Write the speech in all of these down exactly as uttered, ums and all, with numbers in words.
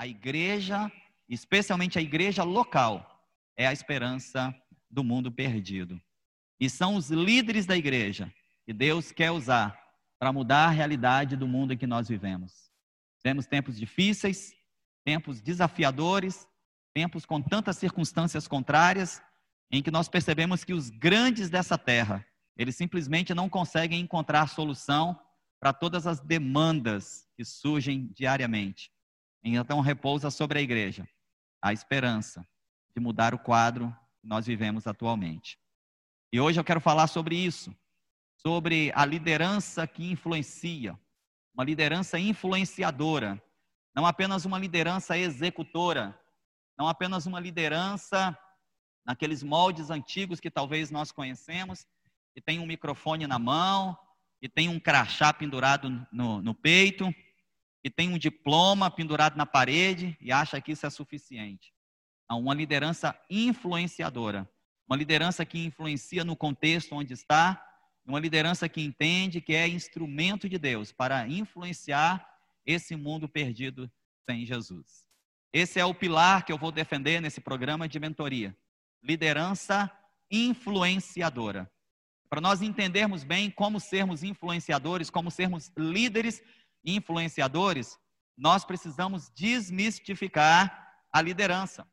a igreja, especialmente a igreja local, é a esperança do mundo perdido. E são os líderes da igreja que Deus quer usar para mudar a realidade do mundo em que nós vivemos. Temos tempos difíceis, tempos desafiadores, tempos com tantas circunstâncias contrárias, em que nós percebemos que os grandes dessa terra, eles simplesmente não conseguem encontrar solução para todas as demandas que surgem diariamente. Então repousa sobre a igreja a esperança de mudar o quadro que nós vivemos atualmente. E hoje eu quero falar sobre isso, sobre a liderança que influencia, uma liderança influenciadora, não apenas uma liderança executora, não apenas uma liderança naqueles moldes antigos que talvez nós conhecemos, que tem um microfone na mão, que tem um crachá pendurado no, no peito, que tem um diploma pendurado na parede e acha que isso é suficiente. Não, uma liderança influenciadora, uma liderança que influencia no contexto onde está, uma liderança que entende que é instrumento de Deus para influenciar esse mundo perdido sem Jesus. Esse é o pilar que eu vou defender nesse programa de mentoria. Liderança influenciadora. Para nós entendermos bem como sermos influenciadores, como sermos líderes influenciadores, nós precisamos desmistificar a liderança.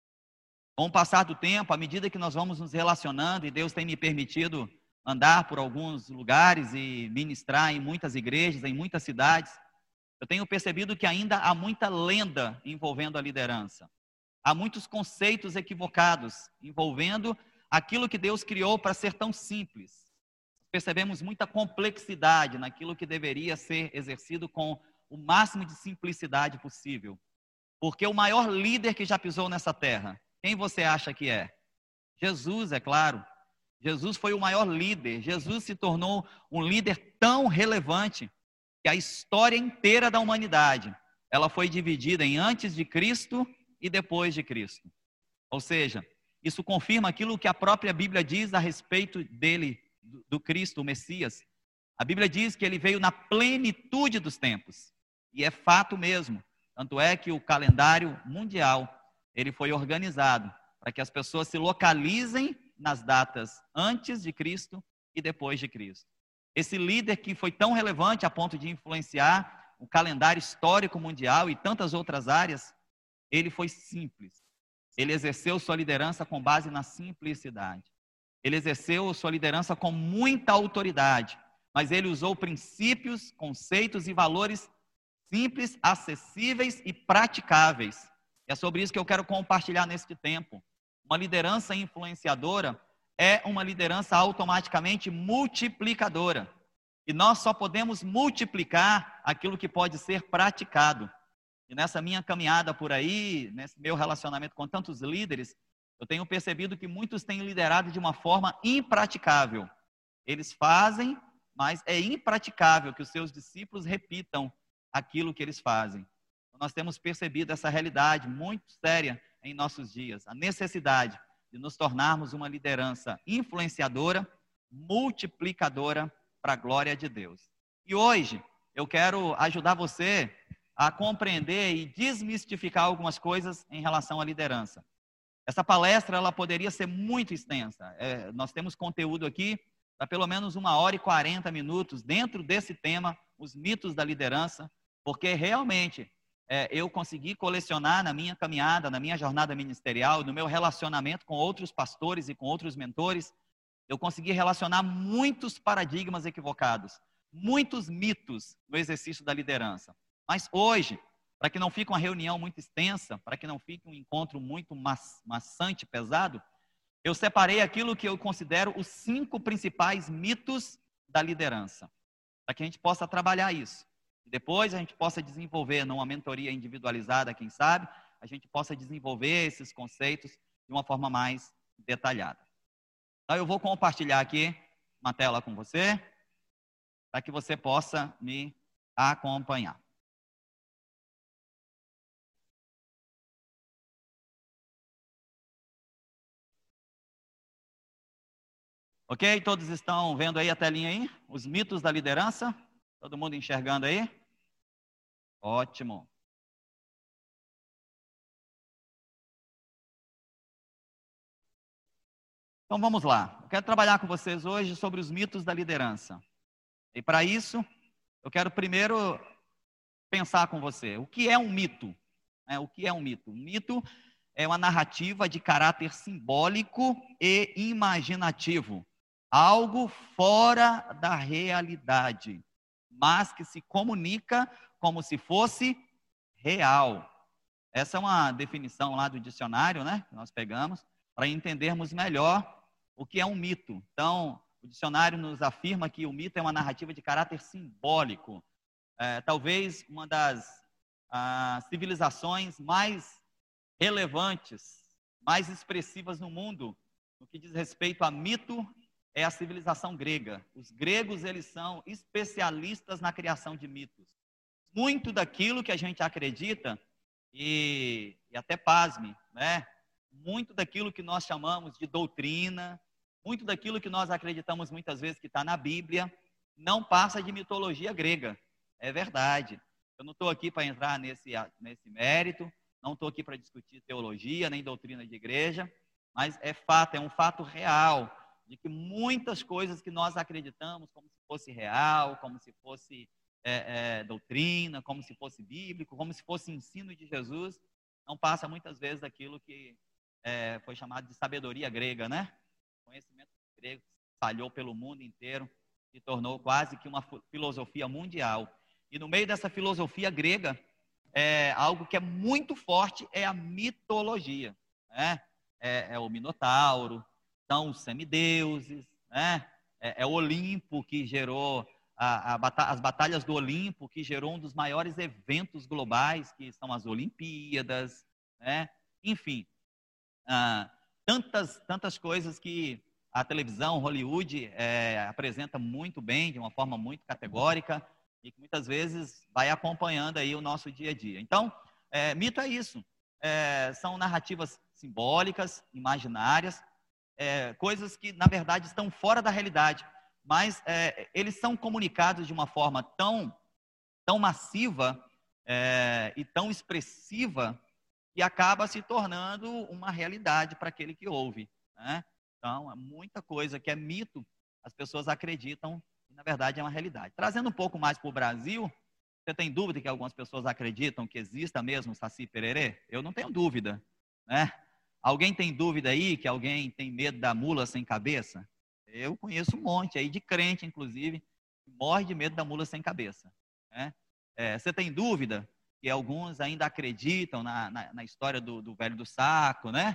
Com o passar do tempo, à medida que nós vamos nos relacionando, e Deus tem me permitido andar por alguns lugares e ministrar em muitas igrejas, em muitas cidades, eu tenho percebido que ainda há muita lenda envolvendo a liderança. Há muitos conceitos equivocados envolvendo aquilo que Deus criou para ser tão simples. Percebemos muita complexidade naquilo que deveria ser exercido com o máximo de simplicidade possível. Porque o maior líder que já pisou nessa terra, quem você acha que é? Jesus, é claro. Jesus foi o maior líder. Jesus se tornou um líder tão relevante que a história inteira da humanidade, ela foi dividida em antes de Cristo e depois de Cristo. Ou seja, isso confirma aquilo que a própria Bíblia diz a respeito dele, do Cristo, o Messias. A Bíblia diz que ele veio na plenitude dos tempos. E é fato mesmo. Tanto é que o calendário mundial, ele foi organizado para que as pessoas se localizem nas datas antes de Cristo e depois de Cristo. Esse líder que foi tão relevante a ponto de influenciar o calendário histórico mundial e tantas outras áreas, ele foi simples. Ele exerceu sua liderança com base na simplicidade. Ele exerceu sua liderança com muita autoridade, mas ele usou princípios, conceitos e valores simples, acessíveis e praticáveis. É sobre isso que eu quero compartilhar neste tempo. Uma liderança influenciadora é uma liderança automaticamente multiplicadora. E nós só podemos multiplicar aquilo que pode ser praticado. E nessa minha caminhada por aí, nesse meu relacionamento com tantos líderes, eu tenho percebido que muitos têm liderado de uma forma impraticável. Eles fazem, mas é impraticável que os seus discípulos repitam aquilo que eles fazem. Nós temos percebido essa realidade muito séria em nossos dias. A necessidade de nos tornarmos uma liderança influenciadora, multiplicadora para a glória de Deus. E hoje eu quero ajudar você a compreender e desmistificar algumas coisas em relação à liderança. Essa palestra ela poderia ser muito extensa. É, nós temos conteúdo aqui para pelo menos uma hora e quarenta minutos dentro desse tema, os mitos da liderança, porque realmente é, eu consegui colecionar na minha caminhada, na minha jornada ministerial, no meu relacionamento com outros pastores e com outros mentores, eu consegui relacionar muitos paradigmas equivocados, muitos mitos no exercício da liderança. Mas hoje, para que não fique uma reunião muito extensa, para que não fique um encontro muito maçante, pesado, eu separei aquilo que eu considero os cinco principais mitos da liderança, para que a gente possa trabalhar isso. E depois a gente possa desenvolver, numa mentoria individualizada, quem sabe, a gente possa desenvolver esses conceitos de uma forma mais detalhada. Então eu vou compartilhar aqui uma tela com você, para que você possa me acompanhar. Ok? Todos estão vendo aí a telinha aí? Os mitos da liderança? Todo mundo enxergando aí? Ótimo. Então vamos lá. Eu quero trabalhar com vocês hoje sobre os mitos da liderança. E para isso, eu quero primeiro pensar com você. O que é um mito? É, o que é um mito? Um mito é uma narrativa de caráter simbólico e imaginativo. Algo fora da realidade, mas que se comunica como se fosse real. Essa é uma definição lá do dicionário, né, que nós pegamos, para entendermos melhor o que é um mito. Então, o dicionário nos afirma que o mito é uma narrativa de caráter simbólico. É, talvez uma das ah, civilizações mais relevantes, mais expressivas no mundo, no que diz respeito a mito, é a civilização grega. Os gregos, eles são especialistas na criação de mitos. Muito daquilo que a gente acredita, e, e até pasme, né? Muito daquilo que nós chamamos de doutrina, muito daquilo que nós acreditamos muitas vezes que está na Bíblia, não passa de mitologia grega. É verdade. Eu não estou aqui para entrar nesse, nesse mérito, não estou aqui para discutir teologia, nem doutrina de igreja, mas é fato, é um fato real, de que muitas coisas que nós acreditamos como se fosse real, como se fosse é, é, doutrina, como se fosse bíblico, como se fosse ensino de Jesus, não passa muitas vezes daquilo que é, foi chamado de sabedoria grega, né? O conhecimento grego se espalhou pelo mundo inteiro e tornou quase que uma filosofia mundial. E no meio dessa filosofia grega, é, algo que é muito forte é a mitologia, né? É, é o Minotauro, são os semideuses, né? É, é o Olimpo que gerou a, a, as batalhas do Olimpo, que gerou um dos maiores eventos globais, que são as Olimpíadas, né? Enfim, ah, tantas, tantas coisas que a televisão, Hollywood, é, apresenta muito bem, de uma forma muito categórica, e que muitas vezes vai acompanhando aí o nosso dia a dia. Então, é, mito é isso, é, são narrativas simbólicas, imaginárias, é, coisas que, na verdade, estão fora da realidade, mas é, eles são comunicados de uma forma tão, tão massiva é, e tão expressiva que acaba se tornando uma realidade para aquele que ouve, né? Então, é muita coisa que é mito, as pessoas acreditam que, na verdade, é uma realidade. Trazendo um pouco mais para o Brasil, você tem dúvida que algumas pessoas acreditam que exista mesmo Saci Pererê? Eu não tenho dúvida, né? Alguém tem dúvida aí que alguém tem medo da mula sem cabeça? Eu conheço um monte aí de crente, inclusive, que morre de medo da mula sem cabeça, né? É, você tem dúvida que alguns ainda acreditam na, na, na história do, do velho do saco, né?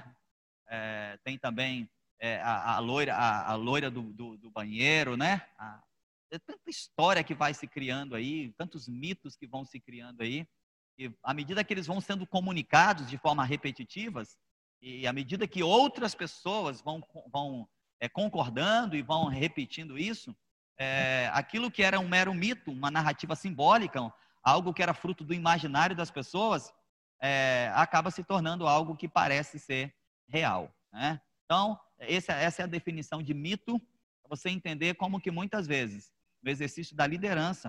É, tem também é, a, a loira, a, a loira do, do, do banheiro, né? A, é tanta história que vai se criando aí, tantos mitos que vão se criando aí, e à medida que eles vão sendo comunicados de forma repetitivas, e à medida que outras pessoas vão, vão é, concordando e vão repetindo isso, é, aquilo que era um mero mito, uma narrativa simbólica, algo que era fruto do imaginário das pessoas, é, acaba se tornando algo que parece ser real, né? Então, essa, essa é a definição de mito, para você entender como que muitas vezes, no exercício da liderança,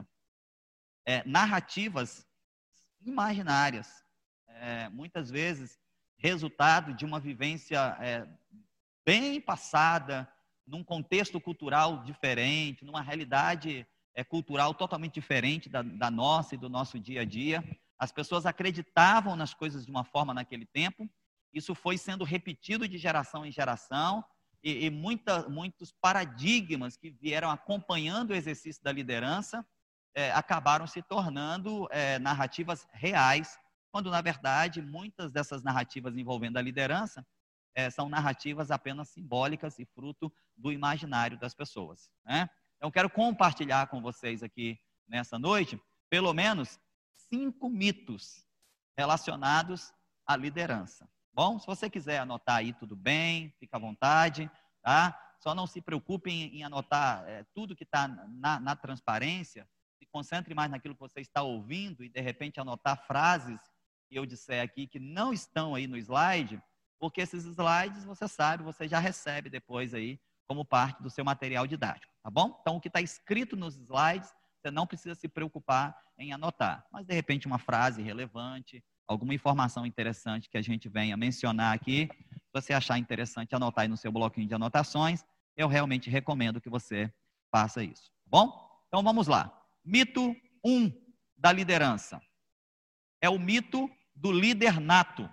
é, narrativas imaginárias, é, muitas vezes resultado de uma vivência é, bem passada, num contexto cultural diferente, numa realidade é, cultural totalmente diferente da, da nossa e do nosso dia a dia. As pessoas acreditavam nas coisas de uma forma naquele tempo, isso foi sendo repetido de geração em geração, e, e muita, muitos paradigmas que vieram acompanhando o exercício da liderança é, acabaram se tornando é, narrativas reais, quando, na verdade, muitas dessas narrativas envolvendo a liderança é, são narrativas apenas simbólicas e fruto do imaginário das pessoas, né? Eu quero compartilhar com vocês aqui nessa noite, pelo menos, cinco mitos relacionados à liderança. Bom, se você quiser anotar aí, tudo bem, fica à vontade, tá? Só não se preocupe em, em anotar é, tudo que está na, na transparência, se concentre mais naquilo que você está ouvindo e, de repente, anotar frases que eu disser aqui que não estão aí no slide, porque esses slides, você sabe, você já recebe depois aí como parte do seu material didático, tá bom? Então, o que está escrito nos slides, você não precisa se preocupar em anotar, mas, de repente, uma frase relevante, alguma informação interessante que a gente venha mencionar aqui, Se você achar interessante anotar aí no seu bloquinho de anotações, eu realmente recomendo que você faça isso. Tá bom? Então vamos lá. Mito um da liderança. É o mito do líder nato.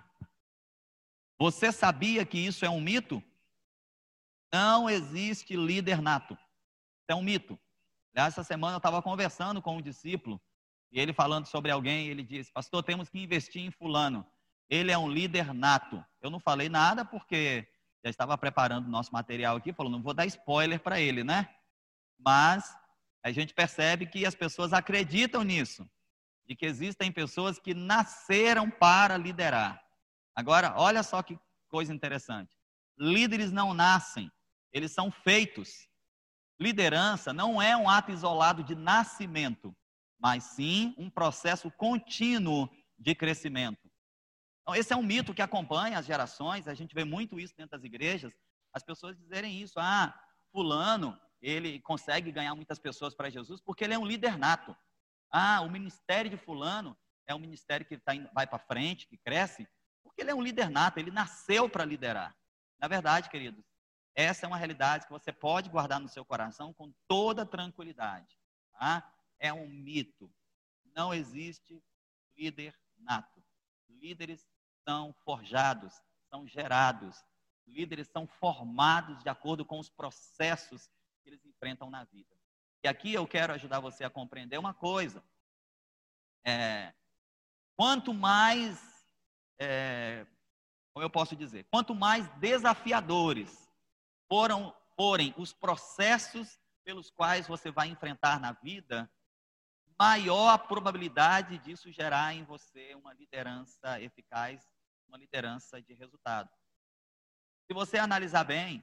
Você sabia que isso é um mito? Não existe líder nato. Isso é um mito. Essa semana eu estava conversando com um discípulo, e ele falando sobre alguém, ele disse, pastor, temos que investir em fulano. Ele é um líder nato. Eu não falei nada porque já estava preparando o nosso material aqui, falou, não vou dar spoiler para ele, né? Mas a gente percebe que as pessoas acreditam nisso, de que existem pessoas que nasceram para liderar. Agora, olha só que coisa interessante. Líderes não nascem, eles são feitos. Liderança não é um ato isolado de nascimento, mas sim um processo contínuo de crescimento. Então, esse é um mito que acompanha as gerações, a gente vê muito isso dentro das igrejas, as pessoas dizerem isso, ah, fulano, ele consegue ganhar muitas pessoas para Jesus porque ele é um líder nato. Ah, o ministério de fulano é um ministério que tá indo, vai para frente, que cresce, porque ele é um líder nato, ele nasceu para liderar. Na verdade, queridos, essa é uma realidade que você pode guardar no seu coração com toda tranquilidade. Tá? É um mito. Não existe líder nato. Líderes são forjados, são gerados. Líderes são formados de acordo com os processos que eles enfrentam na vida. E aqui eu quero ajudar você a compreender uma coisa. É, quanto mais, é, como eu posso dizer, quanto mais desafiadores foram, forem os processos pelos quais você vai enfrentar na vida, maior a probabilidade disso gerar em você uma liderança eficaz, uma liderança de resultado. Se você analisar bem,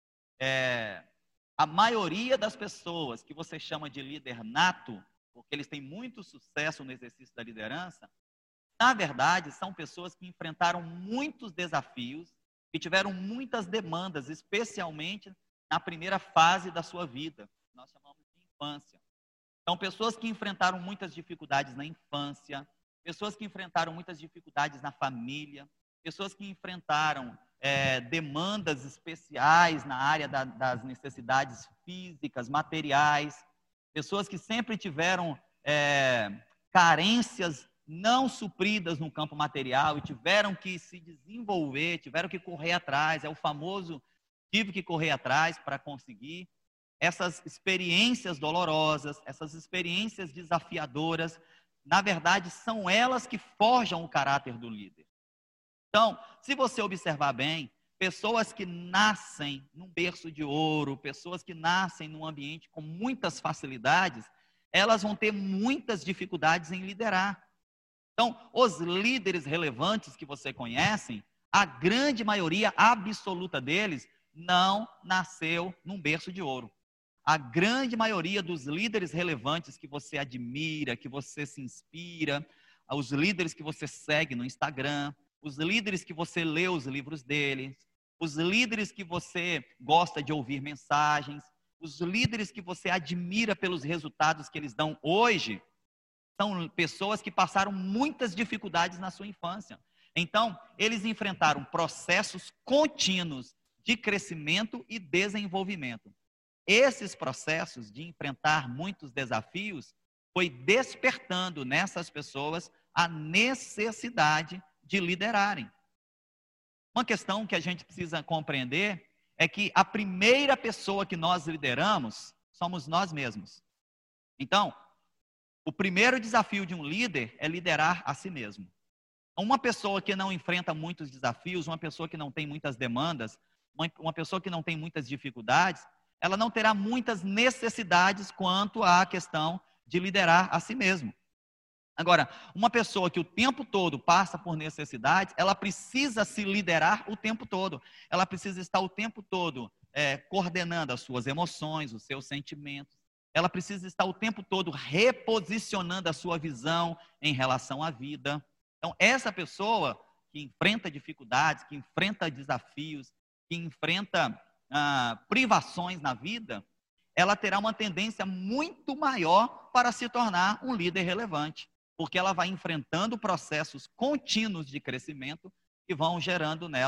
é, a maioria das pessoas que você chama de líder nato, porque eles têm muito sucesso no exercício da liderança, na verdade, são pessoas que enfrentaram muitos desafios e tiveram muitas demandas, especialmente na primeira fase da sua vida, que nós chamamos de infância. Então, pessoas que enfrentaram muitas dificuldades na infância, pessoas que enfrentaram muitas dificuldades na família, pessoas que enfrentaram é, demandas especiais na área da, das necessidades físicas, materiais, pessoas que sempre tiveram é, carências não supridas no campo material e tiveram que se desenvolver, tiveram que correr atrás, é o famoso tive que correr atrás para conseguir. Essas experiências dolorosas, essas experiências desafiadoras, na verdade, são elas que forjam o caráter do líder. Então, se você observar bem, pessoas que nascem num berço de ouro, pessoas que nascem num ambiente com muitas facilidades, elas vão ter muitas dificuldades em liderar. Então, os líderes relevantes que você conhece, a grande maioria absoluta deles não nasceu num berço de ouro. A grande maioria dos líderes relevantes que você admira, que você se inspira, os líderes que você segue no Instagram, os líderes que você lê os livros deles, os líderes que você gosta de ouvir mensagens, os líderes que você admira pelos resultados que eles dão hoje, são pessoas que passaram muitas dificuldades na sua infância. Então, eles enfrentaram processos contínuos de crescimento e desenvolvimento. Esses processos de enfrentar muitos desafios foi despertando nessas pessoas a necessidade de liderarem. Uma questão que a gente precisa compreender é que a primeira pessoa que nós lideramos somos nós mesmos. Então, o primeiro desafio de um líder é liderar a si mesmo. Uma pessoa que não enfrenta muitos desafios, uma pessoa que não tem muitas demandas, uma pessoa que não tem muitas dificuldades, ela não terá muitas necessidades quanto à questão de liderar a si mesmo. Agora, uma pessoa que o tempo todo passa por necessidades, ela precisa se liderar o tempo todo. Ela precisa estar o tempo todo é, coordenando as suas emoções, os seus sentimentos. Ela precisa estar o tempo todo reposicionando a sua visão em relação à vida. Então, essa pessoa que enfrenta dificuldades, que enfrenta desafios, que enfrenta ah, privações na vida, ela terá uma tendência muito maior para se tornar um líder relevante, porque ela vai enfrentando processos contínuos de crescimento que vão gerando nela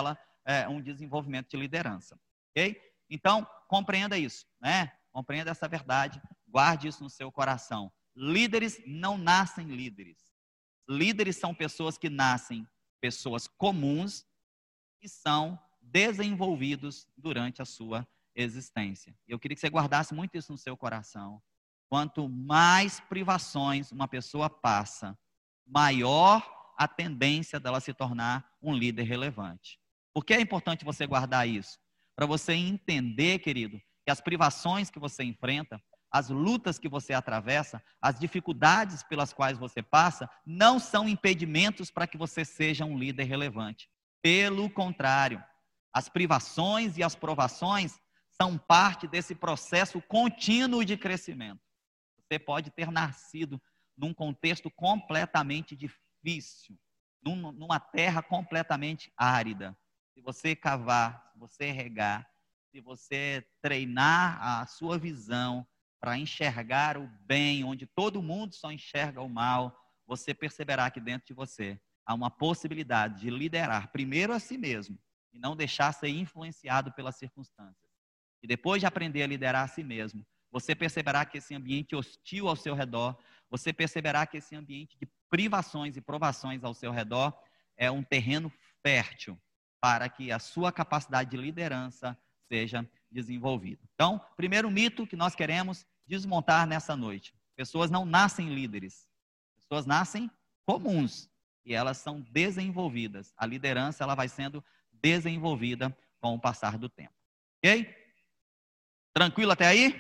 é, um desenvolvimento de liderança. Ok? Então, compreenda isso, né? Compreenda essa verdade, guarde isso no seu coração. Líderes não nascem líderes. Líderes são pessoas que nascem, pessoas comuns, que são desenvolvidos durante a sua existência. Eu queria que você guardasse muito isso no seu coração. Quanto mais privações uma pessoa passa, maior a tendência dela se tornar um líder relevante. Por que é importante você guardar isso? Para você entender, querido, que as privações que você enfrenta, as lutas que você atravessa, as dificuldades pelas quais você passa, não são impedimentos para que você seja um líder relevante. Pelo contrário, as privações e as provações são parte desse processo contínuo de crescimento. Você pode ter nascido num contexto completamente difícil, num, numa terra completamente árida. Se você cavar, se você regar, se você treinar a sua visão para enxergar o bem, onde todo mundo só enxerga o mal, você perceberá que dentro de você há uma possibilidade de liderar primeiro a si mesmo e não deixar ser influenciado pelas circunstâncias. E depois de aprender a liderar a si mesmo, você perceberá que esse ambiente hostil ao seu redor, você perceberá que esse ambiente de privações e provações ao seu redor é um terreno fértil para que a sua capacidade de liderança seja desenvolvida. Então, primeiro mito que nós queremos desmontar nessa noite. Pessoas não nascem líderes. Pessoas nascem comuns e elas são desenvolvidas. A liderança ela vai sendo desenvolvida com o passar do tempo. Ok? Tranquilo até aí?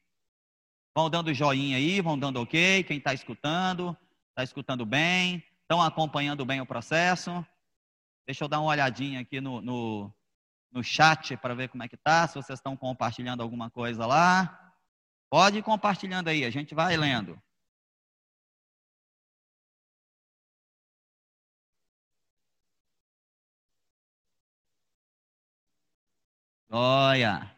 Vão dando joinha aí, vão dando ok. Quem está escutando, está escutando bem, estão acompanhando bem o processo. Deixa eu dar uma olhadinha aqui no, no, no chat para ver como é que está, se vocês estão compartilhando alguma coisa lá. Pode ir compartilhando aí, a gente vai lendo. Olha.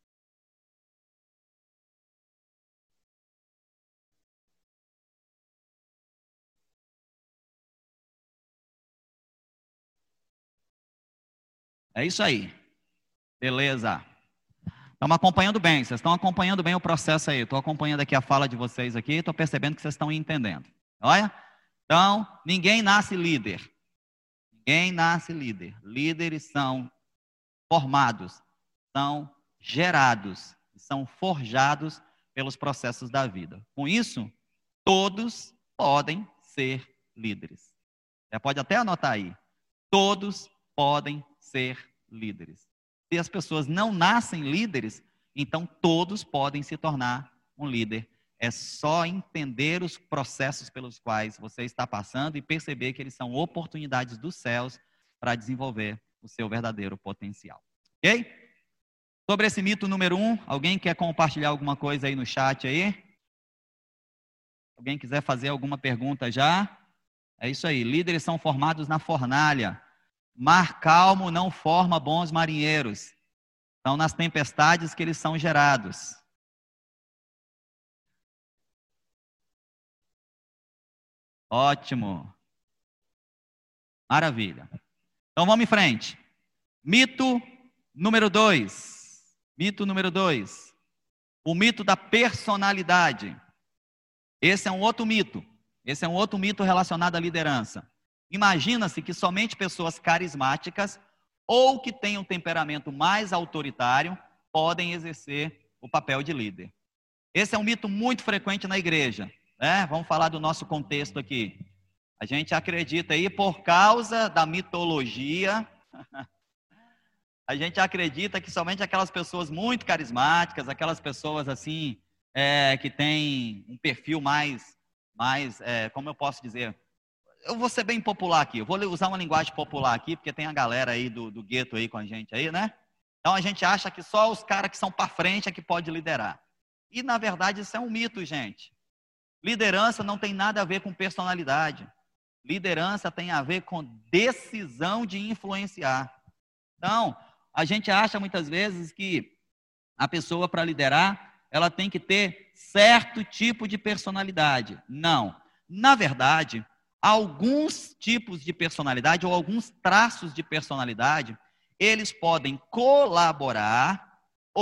É isso aí. Beleza. Estamos acompanhando bem, vocês estão acompanhando bem o processo aí. Estou acompanhando aqui a fala de vocês aqui, estou percebendo que vocês estão entendendo. Olha? Então, ninguém nasce líder. Ninguém nasce líder. Líderes são formados, são gerados, são forjados pelos processos da vida. Com isso, todos podem ser líderes. Você pode até anotar aí. Todos podem ser líderes. Se as pessoas não nascem líderes, então todos podem se tornar um líder. É só entender os processos pelos quais você está passando e perceber que eles são oportunidades dos céus para desenvolver o seu verdadeiro potencial. Ok? Sobre esse mito número um, alguém quer compartilhar alguma coisa aí no chat aí? Alguém quiser fazer alguma pergunta já? É isso aí, líderes são formados na fornalha. Mar calmo não forma bons marinheiros. São nas tempestades que eles são gerados. Ótimo. Maravilha. Então vamos em frente. Mito número dois. Mito número dois. O mito da personalidade. Esse é um outro mito. Esse é um outro mito relacionado à liderança. Imagina-se que somente pessoas carismáticas ou que têm um temperamento mais autoritário podem exercer o papel de líder. Esse é um mito muito frequente na igreja, né? Vamos falar do nosso contexto aqui. A gente acredita aí, por causa da mitologia, a gente acredita que somente aquelas pessoas muito carismáticas, aquelas pessoas assim, é, que têm um perfil mais, mais é, como eu posso dizer... Eu vou ser bem popular aqui, eu vou usar uma linguagem popular aqui, porque tem a galera aí do, do gueto aí com a gente aí, né? Então a gente acha que só os caras que são para frente é que pode liderar. E na verdade isso é um mito, gente. Liderança não tem nada a ver com personalidade. Liderança tem a ver com decisão de influenciar. Então, a gente acha muitas vezes que a pessoa para liderar, ela tem que ter certo tipo de personalidade. Não. Na verdade... alguns tipos de personalidade ou alguns traços de personalidade, eles podem colaborar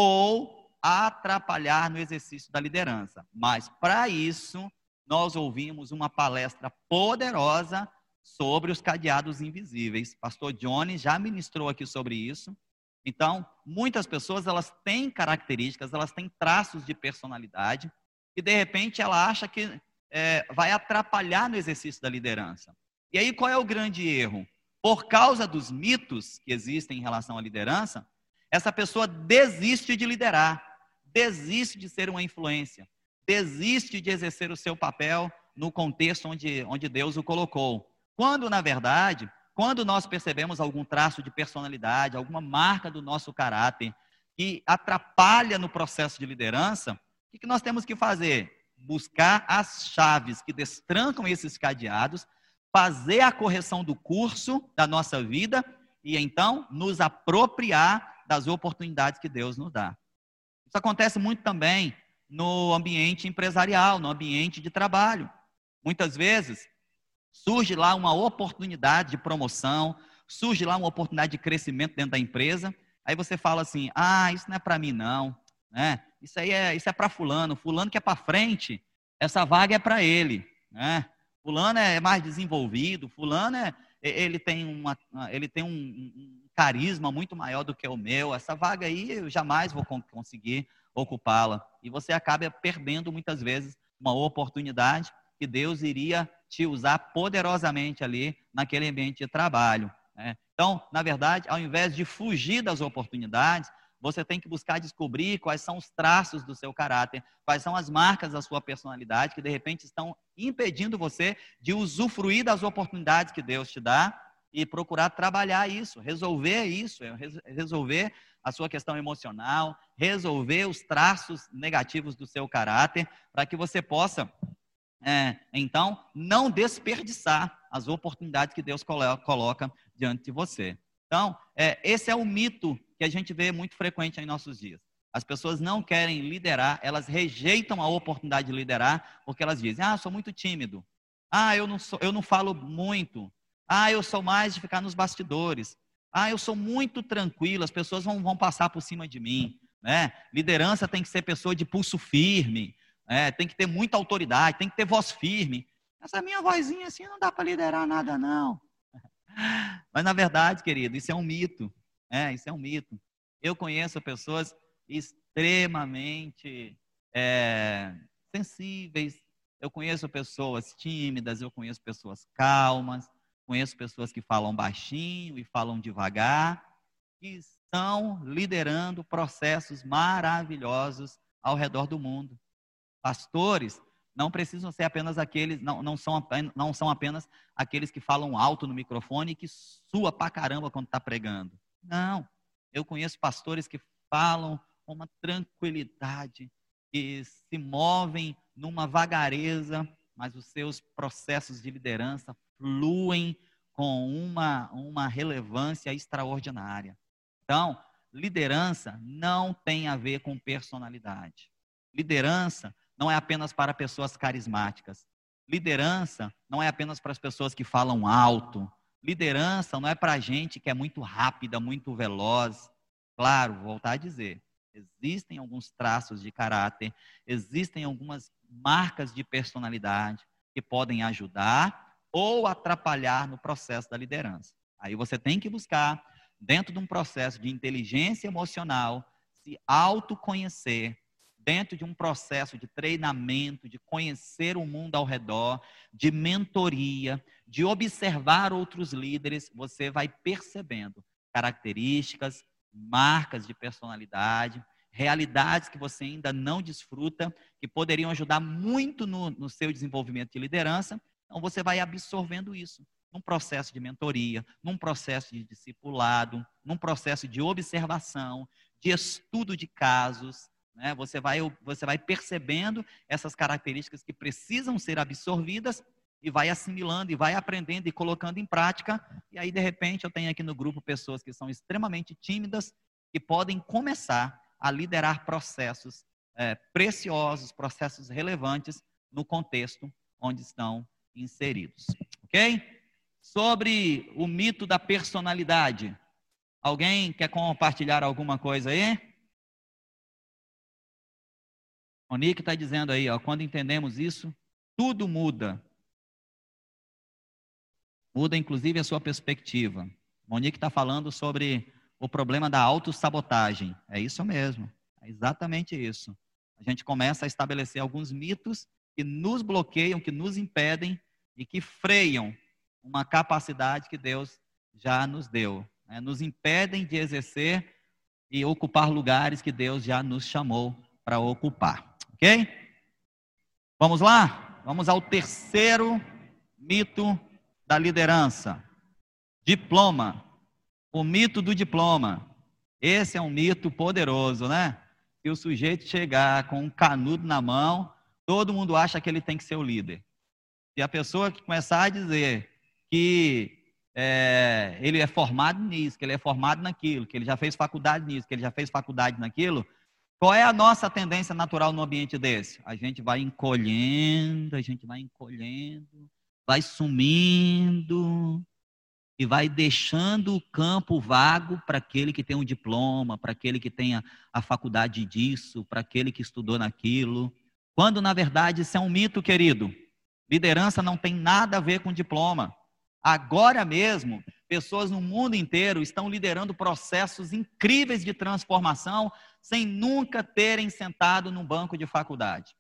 ou atrapalhar no exercício da liderança. Mas, para isso, nós ouvimos uma palestra poderosa sobre os cadeados invisíveis. Pastor Johnny já ministrou aqui sobre isso. Então, muitas pessoas, elas têm características, elas têm traços de personalidade, e de repente ela acha que é, vai atrapalhar no exercício da liderança. E aí, qual é o grande erro? Por causa dos mitos que existem em relação à liderança, essa pessoa desiste de liderar, desiste de ser uma influência, desiste de exercer o seu papel no contexto onde, onde Deus o colocou. Quando, na verdade, quando nós percebemos algum traço de personalidade, alguma marca do nosso caráter que atrapalha no processo de liderança, o que nós temos que fazer? Buscar as chaves que destrancam esses cadeados, fazer a correção do curso da nossa vida e então nos apropriar das oportunidades que Deus nos dá. Isso acontece muito também no ambiente empresarial, no ambiente de trabalho. Muitas vezes surge lá uma oportunidade de promoção, surge lá uma oportunidade de crescimento dentro da empresa, aí você fala assim, ah, isso não é para mim não, né? Isso aí é, isso é para fulano, fulano que é para frente, essa vaga é para ele, né? Fulano é mais desenvolvido, fulano é, ele tem, uma, ele tem um, um carisma muito maior do que o meu, essa vaga aí eu jamais vou conseguir ocupá-la. E você acaba perdendo muitas vezes uma oportunidade que Deus iria te usar poderosamente ali naquele ambiente de trabalho, né? Então, na verdade, ao invés de fugir das oportunidades, você tem que buscar descobrir quais são os traços do seu caráter, quais são as marcas da sua personalidade que de repente estão impedindo você de usufruir das oportunidades que Deus te dá e procurar trabalhar isso, resolver isso, resolver a sua questão emocional, resolver os traços negativos do seu caráter, para que você possa, é, então, não desperdiçar as oportunidades que Deus coloca diante de você. Então, é, esse é o mito que a gente vê muito frequente em nossos dias. As pessoas não querem liderar, elas rejeitam a oportunidade de liderar, porque elas dizem, ah, eu sou muito tímido, ah, eu não, sou, eu não falo muito, ah, eu sou mais de ficar nos bastidores, ah, eu sou muito tranquilo, as pessoas vão, vão passar por cima de mim, né? Liderança tem que ser pessoa de pulso firme, né? Tem que ter muita autoridade, tem que ter voz firme. Essa minha vozinha assim não dá para liderar nada não. Mas na verdade, querido, isso é um mito, é, isso é um mito. Eu conheço pessoas extremamente é, sensíveis, eu conheço pessoas tímidas, eu conheço pessoas calmas, conheço pessoas que falam baixinho e falam devagar, que estão liderando processos maravilhosos ao redor do mundo. Pastores não precisam ser apenas aqueles, não, não, são, não são apenas aqueles que falam alto no microfone e que sua pra caramba quando está pregando. Não, eu conheço pastores que falam com uma tranquilidade, que se movem numa vagareza, mas os seus processos de liderança fluem com uma, uma relevância extraordinária. Então, liderança não tem a ver com personalidade. Liderança não é apenas para pessoas carismáticas. Liderança não é apenas para as pessoas que falam alto. Liderança não é para a gente que é muito rápida, muito veloz. Claro, vou voltar a dizer, existem alguns traços de caráter, existem algumas marcas de personalidade que podem ajudar ou atrapalhar no processo da liderança. Aí você tem que buscar, dentro de um processo de inteligência emocional, se autoconhecer, dentro de um processo de treinamento, de conhecer o mundo ao redor, de mentoria, de observar outros líderes, você vai percebendo características, marcas de personalidade, realidades que você ainda não desfruta, que poderiam ajudar muito no, no seu desenvolvimento de liderança. Então, você vai absorvendo isso num processo de mentoria, num processo de discipulado, num processo de observação, de estudo de casos. Né? Você vai, você vai percebendo essas características que precisam ser absorvidas e vai assimilando, e vai aprendendo e colocando em prática. E aí, de repente, eu tenho aqui no grupo pessoas que são extremamente tímidas, que podem começar a liderar processos é, preciosos, processos relevantes no contexto onde estão inseridos. Ok? Sobre o mito da personalidade. Alguém quer compartilhar alguma coisa aí? Monique está dizendo aí, ó, quando entendemos isso, tudo muda. Muda, inclusive, a sua perspectiva. Monique está falando sobre o problema da autossabotagem. É isso mesmo. É exatamente isso. A gente começa a estabelecer alguns mitos que nos bloqueiam, que nos impedem e que freiam uma capacidade que Deus já nos deu. Né? Nos impedem de exercer e ocupar lugares que Deus já nos chamou para ocupar. Ok? Vamos lá? Vamos ao terceiro mito da liderança. Diploma. O mito do diploma. Esse é um mito poderoso, né? Se o sujeito chegar com um canudo na mão, todo mundo acha que ele tem que ser o líder. Se a pessoa começar a dizer que é, ele é formado nisso, que ele é formado naquilo, que ele já fez faculdade nisso, que ele já fez faculdade naquilo, qual é a nossa tendência natural no ambiente desse? A gente vai encolhendo, a gente vai encolhendo, vai sumindo e vai deixando o campo vago para aquele que tem um diploma, para aquele que tem a, a faculdade disso, para aquele que estudou naquilo. Quando, na verdade, isso é um mito, querido. Liderança não tem nada a ver com diploma. Agora mesmo, pessoas no mundo inteiro estão liderando processos incríveis de transformação sem nunca terem sentado num banco de faculdade.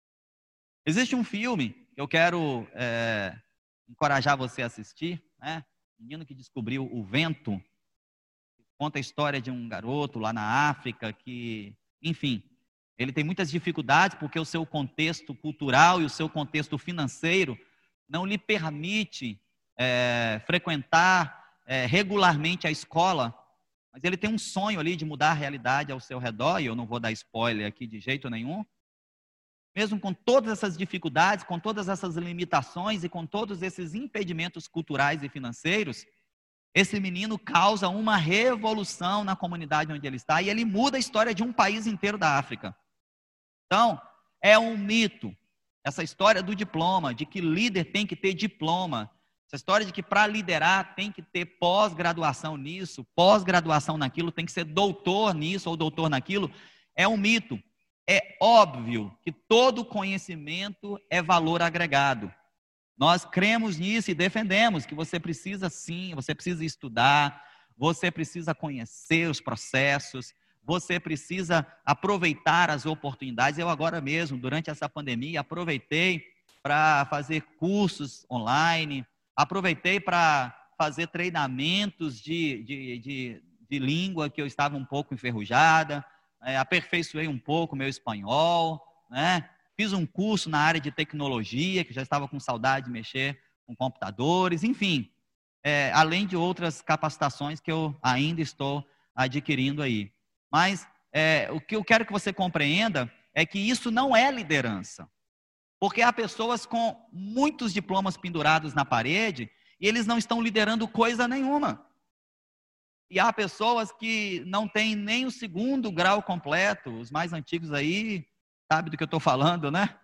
Existe um filme que eu quero é, encorajar você a assistir, né? Menino que descobriu o vento, conta a história de um garoto lá na África que, enfim, ele tem muitas dificuldades porque o seu contexto cultural e o seu contexto financeiro não lhe permite é, frequentar é, regularmente a escola, mas ele tem um sonho ali de mudar a realidade ao seu redor, e eu não vou dar spoiler aqui de jeito nenhum. Mesmo com todas essas dificuldades, com todas essas limitações e com todos esses impedimentos culturais e financeiros, esse menino causa uma revolução na comunidade onde ele está e ele muda a história de um país inteiro da África. Então, é um mito, essa história do diploma, de que líder tem que ter diploma, essa história de que para liderar tem que ter pós-graduação nisso, pós-graduação naquilo, tem que ser doutor nisso ou doutor naquilo, é um mito. É óbvio que todo conhecimento é valor agregado. Nós cremos nisso e defendemos que você precisa sim, você precisa estudar, você precisa conhecer os processos, você precisa aproveitar as oportunidades. Eu agora mesmo, durante essa pandemia, aproveitei para fazer cursos online, aproveitei para fazer treinamentos de, de, de, de língua que eu estava um pouco enferrujada, é, aperfeiçoei um pouco o meu espanhol, né? Fiz um curso na área de tecnologia, que já estava com saudade de mexer com computadores, enfim, é, além de outras capacitações que eu ainda estou adquirindo aí. Mas é, o que eu quero que você compreenda é que isso não é liderança, porque há pessoas com muitos diplomas pendurados na parede e eles não estão liderando coisa nenhuma. E há pessoas que não têm nem o segundo grau completo, os mais antigos aí, sabe do que eu estou falando, né?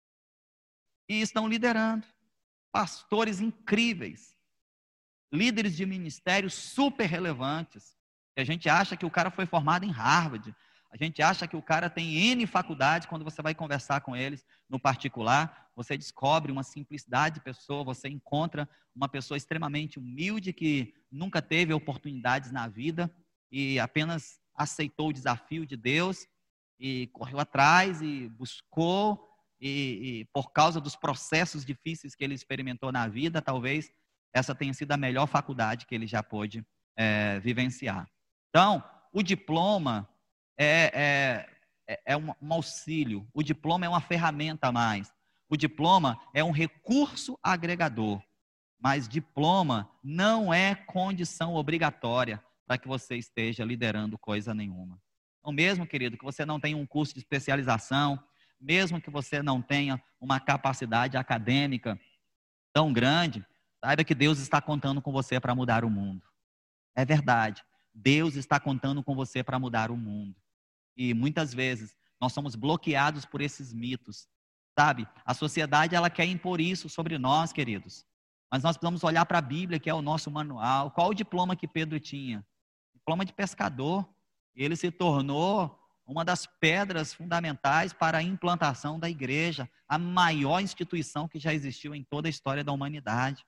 E estão liderando. Pastores incríveis, líderes de ministérios super relevantes, que a gente acha que o cara foi formado em Harvard, a gente acha que o cara tem N faculdades. Quando você vai conversar com eles no particular, você descobre uma simplicidade de pessoa, você encontra uma pessoa extremamente humilde que nunca teve oportunidades na vida e apenas aceitou o desafio de Deus e correu atrás e buscou e, e por causa dos processos difíceis que ele experimentou na vida, talvez essa tenha sido a melhor faculdade que ele já pôde é, vivenciar. Então, o diploma é, é, é um, um auxílio, o diploma é uma ferramenta a mais, o diploma é um recurso agregador, mas diploma não é condição obrigatória para que você esteja liderando coisa nenhuma. Então, mesmo, querido, que você não tenha um curso de especialização, mesmo que você não tenha uma capacidade acadêmica tão grande, saiba que Deus está contando com você para mudar o mundo. É verdade. Deus está contando com você para mudar o mundo. E muitas vezes nós somos bloqueados por esses mitos, sabe? A sociedade, ela quer impor isso sobre nós, queridos. Mas nós precisamos olhar para a Bíblia, que é o nosso manual. Qual o diploma que Pedro tinha? diploma de pescador. E ele se tornou uma das pedras fundamentais para a implantação da igreja, a maior instituição que já existiu em toda a história da humanidade.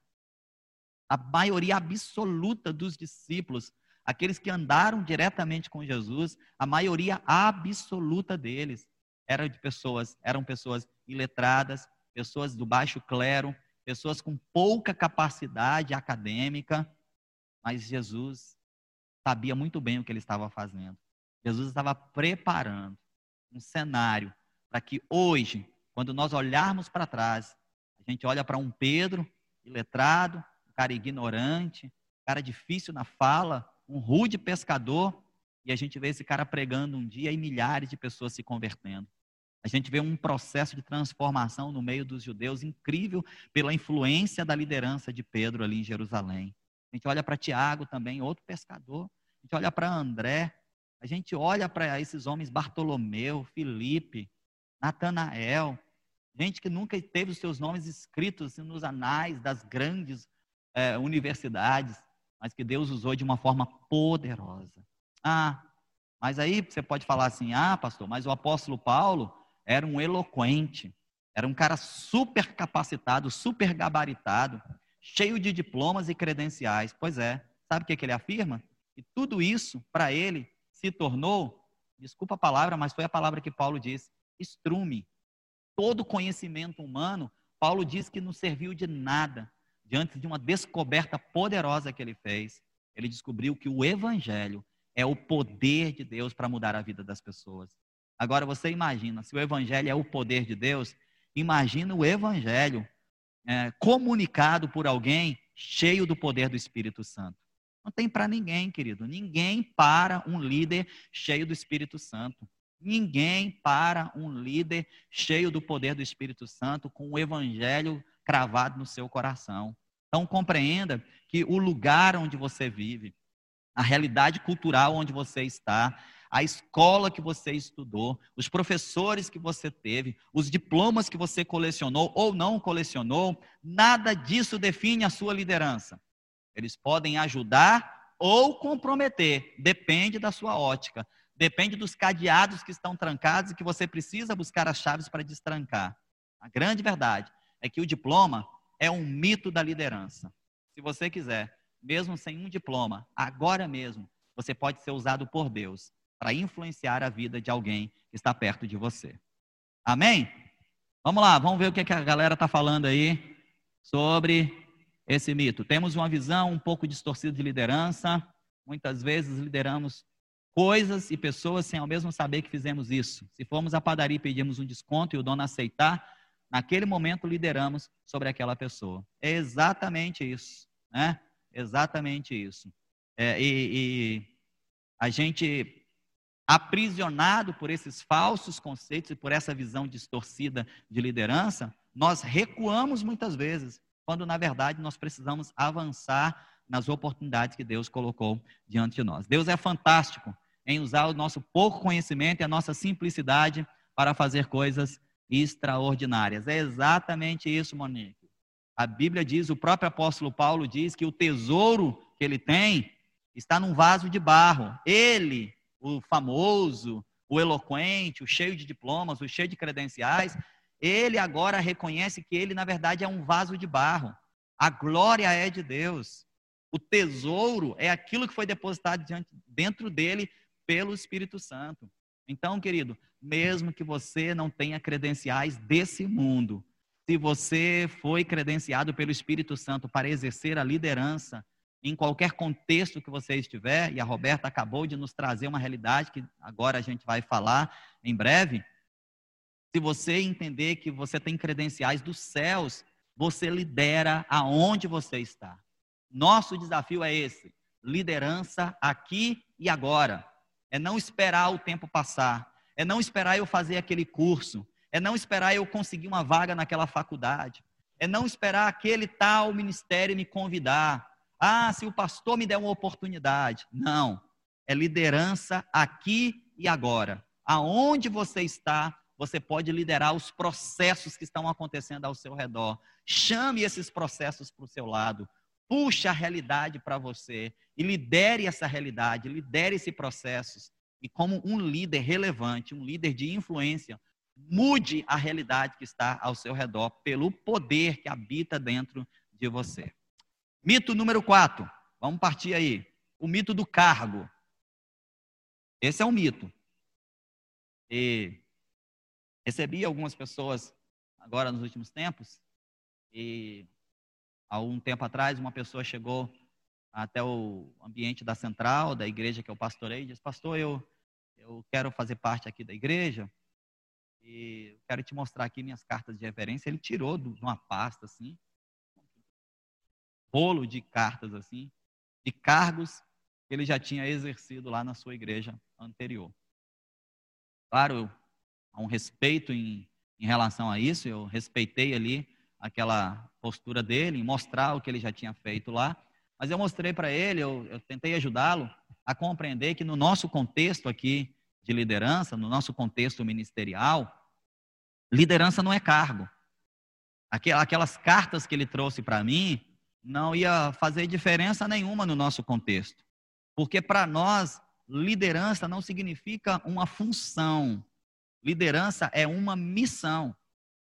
A maioria absoluta dos discípulos, aqueles que andaram diretamente com Jesus, a maioria absoluta deles eram de pessoas, eram pessoas iletradas, pessoas do baixo clero, pessoas com pouca capacidade acadêmica, mas Jesus sabia muito bem o que ele estava fazendo. Jesus estava preparando um cenário para que hoje, quando nós olharmos para trás, a gente olha para um Pedro iletrado, um cara ignorante, um cara difícil na fala, um rude pescador, e a gente vê esse cara pregando um dia e milhares de pessoas se convertendo. A gente vê um processo de transformação no meio dos judeus incrível pela influência da liderança de Pedro ali em Jerusalém. A gente olha para Tiago também, outro pescador. A gente olha para André. A gente olha para esses homens, Bartolomeu, Filipe, Natanael, gente que nunca teve os seus nomes escritos nos anais das grandes é, universidades, mas que Deus usou de uma forma poderosa. Ah, mas aí você pode falar assim, ah, pastor, mas o apóstolo Paulo era um eloquente, era um cara super capacitado, super gabaritado, cheio de diplomas e credenciais. Pois é, sabe o que, que ele afirma? E tudo isso, para ele, se tornou, desculpa a palavra, mas foi a palavra que Paulo disse, estrume. Todo conhecimento humano, Paulo diz que não serviu de nada diante de uma descoberta poderosa que ele fez. Ele descobriu que o evangelho é o poder de Deus para mudar a vida das pessoas. Agora você imagina, se o evangelho é o poder de Deus, imagina o evangelho é, comunicado por alguém cheio do poder do Espírito Santo. Não tem para ninguém, querido. Ninguém para um líder cheio do Espírito Santo. Ninguém para um líder cheio do poder do Espírito Santo, com o evangelho cravado no seu coração. Então compreenda que o lugar onde você vive, a realidade cultural onde você está, a escola que você estudou, os professores que você teve, os diplomas que você colecionou ou não colecionou, nada disso define a sua liderança. Eles podem ajudar ou comprometer, depende da sua ótica, depende dos cadeados que estão trancados e que você precisa buscar as chaves para destrancar. A grande verdade é que o diploma é um mito da liderança. Se você quiser, mesmo sem um diploma, agora mesmo, você pode ser usado por Deus para influenciar a vida de alguém que está perto de você. Amém? Vamos lá, vamos ver o que a galera está falando aí sobre esse mito. Temos uma visão um pouco distorcida de liderança. Muitas vezes lideramos coisas e pessoas sem ao mesmo saber que fizemos isso. Se formos à padaria e pedimos um desconto e o dono aceitar, naquele momento lideramos sobre aquela pessoa. É exatamente isso, né? Exatamente isso. É, e, e a gente, aprisionado por esses falsos conceitos e por essa visão distorcida de liderança, nós recuamos muitas vezes, quando na verdade nós precisamos avançar nas oportunidades que Deus colocou diante de nós. Deus é fantástico em usar o nosso pouco conhecimento e a nossa simplicidade para fazer coisas extraordinárias. É exatamente isso, Monique. A Bíblia diz, o próprio apóstolo Paulo diz que o tesouro que ele tem está num vaso de barro. Ele, o famoso, o eloquente, o cheio de diplomas, o cheio de credenciais, ele agora reconhece que ele, na verdade, é um vaso de barro. A glória é de Deus. O tesouro é aquilo que foi depositado diante, dentro dele pelo Espírito Santo. Então, querido, mesmo que você não tenha credenciais desse mundo, se você foi credenciado pelo Espírito Santo para exercer a liderança em qualquer contexto que você estiver, e a Roberta acabou de nos trazer uma realidade que agora a gente vai falar em breve, se você entender que você tem credenciais dos céus, você lidera aonde você está. Nosso desafio é esse, liderança aqui e agora. É não esperar o tempo passar, é não esperar eu fazer aquele curso, é não esperar eu conseguir uma vaga naquela faculdade, é não esperar aquele tal ministério me convidar. Ah, se o pastor me der uma oportunidade. Não, é liderança aqui e agora. Aonde você está, você pode liderar os processos que estão acontecendo ao seu redor. Chame esses processos para o seu lado. puxe a realidade para você e lidere essa realidade, lidere esse processo. E como um líder relevante, um líder de influência, mude a realidade que está ao seu redor pelo poder que habita dentro de você. Mito número quatro. Vamos partir aí. O mito do cargo. Esse é um mito. E recebi algumas pessoas agora nos últimos tempos e há um tempo atrás uma pessoa chegou até o ambiente da central, da igreja que eu pastorei, e disse: pastor, eu, eu quero fazer parte aqui da igreja e quero te mostrar aqui minhas cartas de referência. Ele tirou de uma pasta assim, rolo de cartas assim, de cargos que ele já tinha exercido lá na sua igreja anterior. Claro, há um respeito em, em relação a isso, eu respeitei ali aquela postura dele, em mostrar o que ele já tinha feito lá, mas eu mostrei para ele, eu, eu tentei ajudá-lo a compreender que no nosso contexto aqui de liderança, no nosso contexto ministerial, liderança não é cargo. Aquelas cartas que ele trouxe para mim não ia fazer diferença nenhuma no nosso contexto, porque para nós, liderança não significa uma função, liderança é uma missão.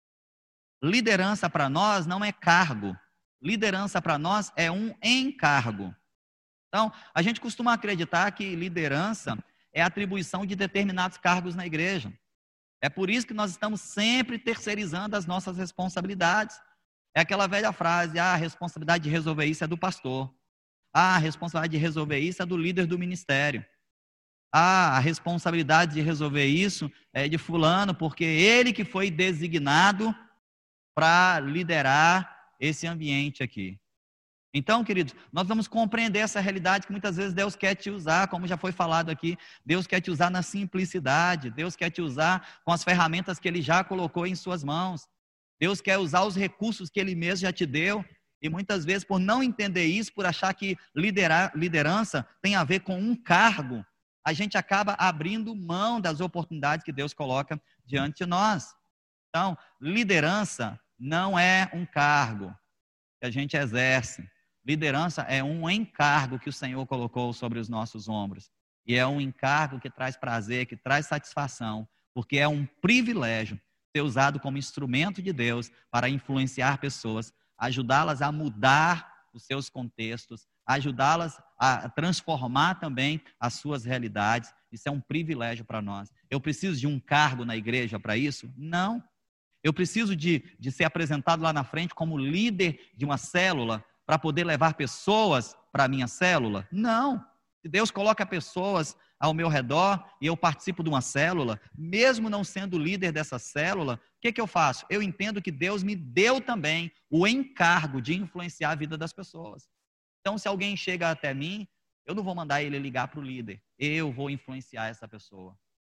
Liderança para nós não é cargo, liderança para nós é um encargo. Então, a gente costuma acreditar que liderança é atribuição de determinados cargos na igreja. É por isso que nós estamos sempre terceirizando as nossas responsabilidades. É aquela velha frase: ah, a responsabilidade de resolver isso é do pastor. Ah, a responsabilidade de resolver isso é do líder do ministério. Ah, a responsabilidade de resolver isso é de fulano, porque ele que foi designado para liderar esse ambiente aqui. Então, queridos, nós vamos compreender essa realidade que muitas vezes Deus quer te usar, como já foi falado aqui, Deus quer te usar na simplicidade, Deus quer te usar com as ferramentas que Ele já colocou em suas mãos, Deus quer usar os recursos que Ele mesmo já te deu, e muitas vezes por não entender isso, por achar que liderar, liderança tem a ver com um cargo, a gente acaba abrindo mão das oportunidades que Deus coloca diante de nós. Então, liderança não é um cargo que a gente exerce. Liderança é um encargo que o Senhor colocou sobre os nossos ombros. E é um encargo que traz prazer, que traz satisfação, porque é um privilégio ser usado como instrumento de Deus para influenciar pessoas, ajudá-las a mudar os seus contextos, ajudá-las a transformar também as suas realidades. Isso é um privilégio para nós. Eu preciso de um cargo na igreja para isso? Não. Eu preciso de, de ser apresentado lá na frente como líder de uma célula para poder levar pessoas para a minha célula? Não. Se Deus coloca pessoas ao meu redor e eu participo de uma célula, mesmo não sendo líder dessa célula, o que, que eu faço? Eu entendo que Deus me deu também o encargo de influenciar a vida das pessoas. Então, se alguém chega até mim, eu não vou mandar ele ligar para o líder, eu vou influenciar essa pessoa.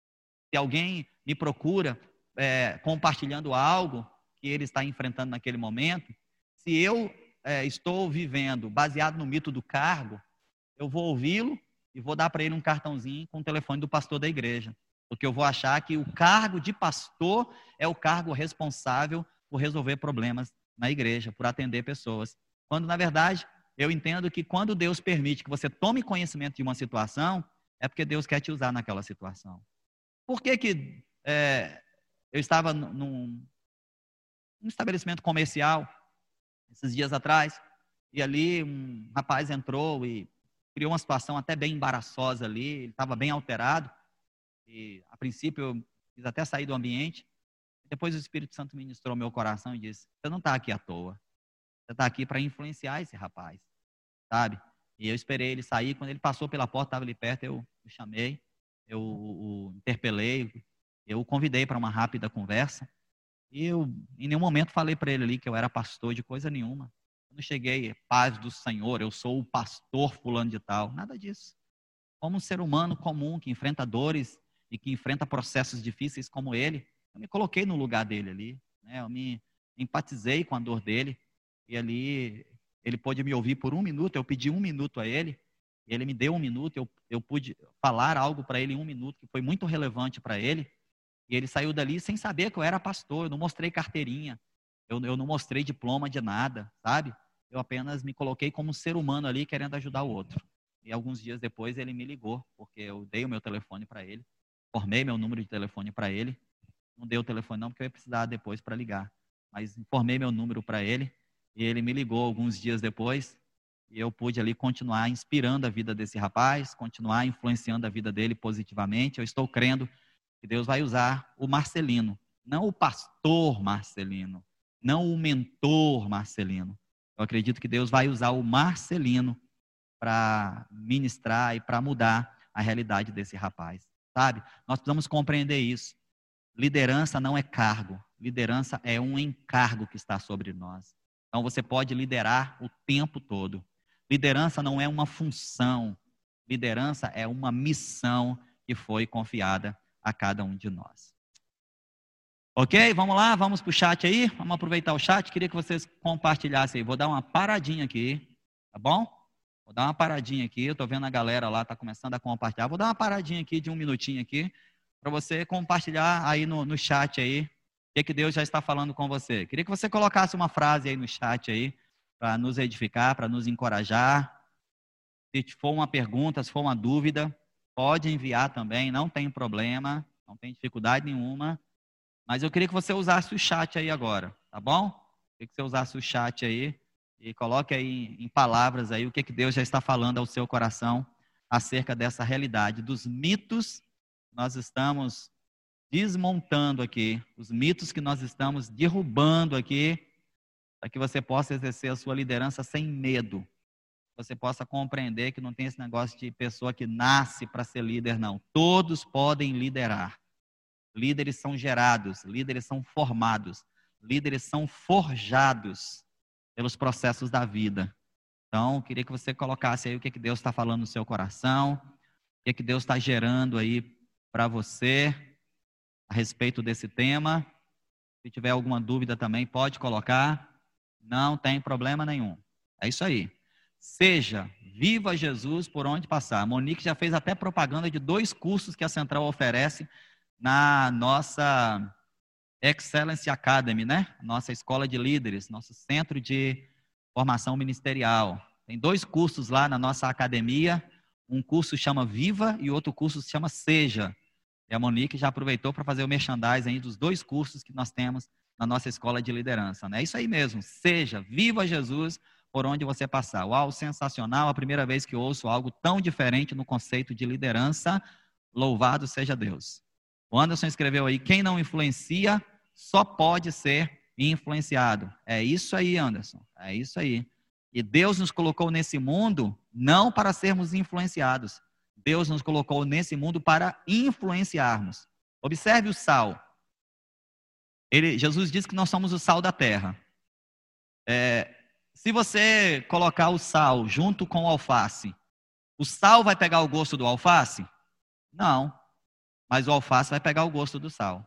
Se alguém me procura é, compartilhando algo que ele está enfrentando naquele momento, se eu é, estou vivendo baseado no mito do cargo, eu vou ouvi-lo e vou dar para ele um cartãozinho com o telefone do pastor da igreja, porque eu vou achar que o cargo de pastor é o cargo responsável por resolver problemas na igreja, por atender pessoas. Quando, na verdade, eu entendo que quando Deus permite que você tome conhecimento de uma situação, é porque Deus quer te usar naquela situação. Por que que é, eu estava num, num estabelecimento comercial esses dias atrás, e ali um rapaz entrou e criou uma situação até bem embaraçosa ali, ele estava bem alterado, e a princípio eu quis até sair do ambiente, depois o Espírito Santo ministrou meu coração e disse: você não está aqui à toa, você está aqui para influenciar esse rapaz, sabe? E eu esperei ele sair, quando ele passou pela porta, estava ali perto, eu o chamei, eu o, o interpelei, eu o convidei para uma rápida conversa, e eu em nenhum momento falei para ele ali que eu era pastor de coisa nenhuma. Quando cheguei, paz do Senhor, eu sou o pastor fulano de tal, nada disso. Como um ser humano comum que enfrenta dores e que enfrenta processos difíceis como ele, eu me coloquei no lugar dele ali, né? Eu me empatizei com a dor dele, e ali ele pôde me ouvir por um minuto, eu pedi um minuto a ele, ele me deu um minuto, eu, eu pude falar algo para ele em um minuto que foi muito relevante para ele, e ele saiu dali sem saber que eu era pastor, eu não mostrei carteirinha, eu, eu não mostrei diploma de nada, sabe? eu apenas me coloquei como um ser humano ali querendo ajudar o outro. E alguns dias depois ele me ligou, porque eu dei o meu telefone para ele, formei meu número de telefone para ele. Não dei o telefone não, porque eu ia precisar depois para ligar. Mas informei meu número para ele e ele me ligou alguns dias depois e eu pude ali continuar inspirando a vida desse rapaz, continuar influenciando a vida dele positivamente. Eu estou crendo que Deus vai usar o Marcelino, não o pastor Marcelino, não o mentor Marcelino. Eu acredito que Deus vai usar o Marcelino para ministrar e para mudar a realidade desse rapaz, sabe? Nós precisamos compreender isso. Liderança não é cargo, liderança é um encargo que está sobre nós. Então você pode liderar o tempo todo. Liderança não é uma função, liderança é uma missão que foi confiada a cada um de nós. Ok? Vamos lá, vamos para o chat aí, vamos aproveitar o chat. Queria que vocês compartilhassem aí. Vou dar uma paradinha aqui, tá bom? Vou dar uma paradinha aqui, eu estou vendo a galera lá, está começando a compartilhar. Vou dar uma paradinha aqui de um minutinho aqui, para você compartilhar aí no, no chat aí, o que, que Deus já está falando com você. Queria que você colocasse uma frase aí no chat aí, para nos edificar, para nos encorajar. Se for uma pergunta, se for uma dúvida, pode enviar também, não tem problema, não tem dificuldade nenhuma. Mas eu queria que você usasse o chat aí agora, tá bom? Queria que você usasse o chat aí e coloque aí em palavras aí o que, que Deus já está falando ao seu coração acerca dessa realidade, dos mitos que nós estamos desmontando aqui, os mitos que nós estamos derrubando aqui, para que você possa exercer a sua liderança sem medo. Você possa compreender que não tem esse negócio de pessoa que nasce para ser líder, não. Todos podem liderar. Líderes são gerados, líderes são formados, líderes são forjados pelos processos da vida. Então, eu queria que você colocasse aí o que, que Deus está falando no seu coração, o que, que Deus está gerando aí para você a respeito desse tema. Se tiver alguma dúvida também, pode colocar. Não tem problema nenhum. É isso aí. Seja, viva Jesus por onde passar. A Monique já fez até propaganda de dois cursos que a Central oferece na nossa Excellence Academy, né? Nossa escola de líderes, nosso centro de formação ministerial. Tem dois cursos lá na nossa academia. Um curso chama Viva e outro curso se chama Seja. E a Monique já aproveitou para fazer o merchandising aí dos dois cursos que nós temos na nossa escola de liderança, né? É isso aí mesmo. Seja, viva Jesus por onde você passar. Uau, sensacional. A primeira vez que eu ouço algo tão diferente no conceito de liderança. Louvado seja Deus. O Anderson escreveu aí, quem não influencia só pode ser influenciado. É isso aí, Anderson. É isso aí. E Deus nos colocou nesse mundo não para sermos influenciados. Deus nos colocou nesse mundo para influenciarmos. Observe o sal. Ele, Jesus disse que nós somos o sal da terra. É, se você colocar o sal junto com o alface, o sal vai pegar o gosto do alface? Não. Mas o alface vai pegar o gosto do sal.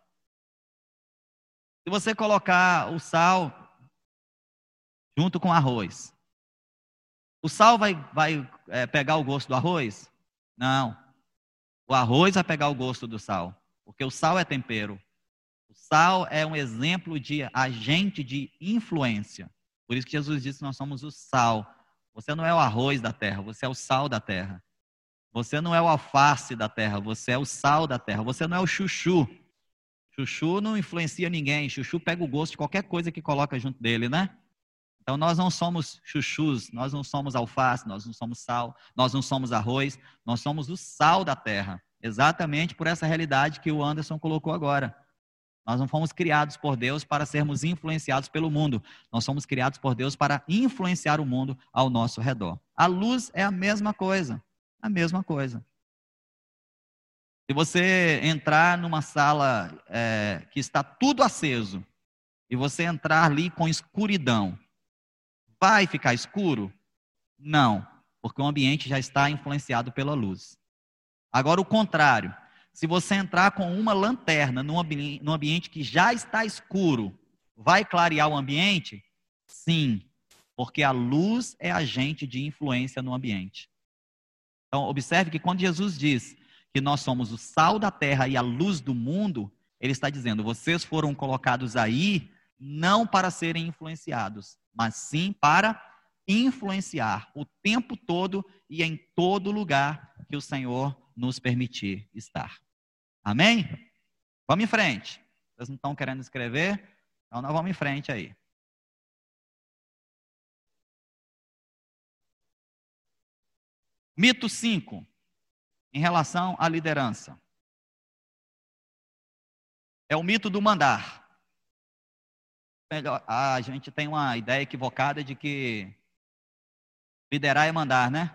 Se você colocar o sal junto com arroz, o sal vai, vai é, pegar o gosto do arroz? Não. O arroz vai pegar o gosto do sal, porque o sal é tempero. O sal é um exemplo de agente de influência. Por isso que Jesus disse que nós somos o sal. Você não é o arroz da terra, você é o sal da terra. Você não é o alface da terra, você é o sal da terra. Você não é o chuchu. Chuchu não influencia ninguém. Chuchu pega o gosto de qualquer coisa que coloca junto dele, né? Então nós não somos chuchus, nós não somos alface, nós não somos sal, nós não somos arroz, nós somos o sal da terra. Exatamente por essa realidade que o Anderson colocou agora. Nós não fomos criados por Deus para sermos influenciados pelo mundo. Nós somos criados por Deus para influenciar o mundo ao nosso redor. A luz é a mesma coisa. A mesma coisa. Se você entrar numa sala é, que está tudo aceso, e você entrar ali com escuridão, vai ficar escuro? Não, porque o ambiente já está influenciado pela luz. Agora o contrário, se você entrar com uma lanterna num ambiente, num ambiente que já está escuro, vai clarear o ambiente? Sim, porque a luz é agente de influência no ambiente. Então, observe que quando Jesus diz que nós somos o sal da terra e a luz do mundo, ele está dizendo, vocês foram colocados aí não para serem influenciados, mas sim para influenciar o tempo todo e em todo lugar que o Senhor nos permitir estar. Amém? Vamos em frente. Vocês não estão querendo escrever? Então nós vamos em frente aí. Mito cinco, em relação à liderança. É o mito do mandar. Melhor, a gente tem uma ideia equivocada de que liderar é mandar, né?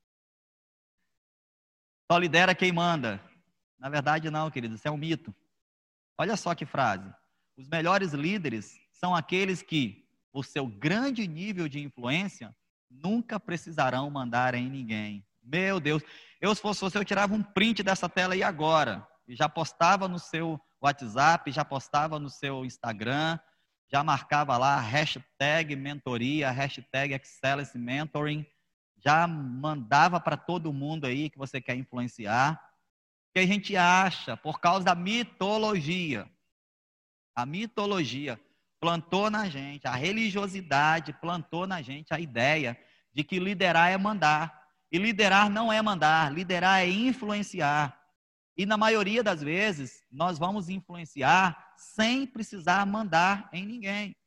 Só lidera quem manda. Na verdade não, querido, isso é um mito. Olha só que frase. Os melhores líderes são aqueles que, por seu grande nível de influência, nunca precisarão mandar em ninguém. Meu Deus, eu se fosse você, eu tirava um print dessa tela aí agora, e já postava no seu WhatsApp, já postava no seu Instagram, já marcava lá hashtag mentoria, hashtag Excellence Mentoring, já mandava para todo mundo aí que você quer influenciar, que a gente acha, por causa da mitologia, a mitologia plantou na gente, a religiosidade plantou na gente a ideia de que liderar é mandar. E liderar não é mandar, liderar é influenciar. E na maioria das vezes, nós vamos influenciar sem precisar mandar em ninguém.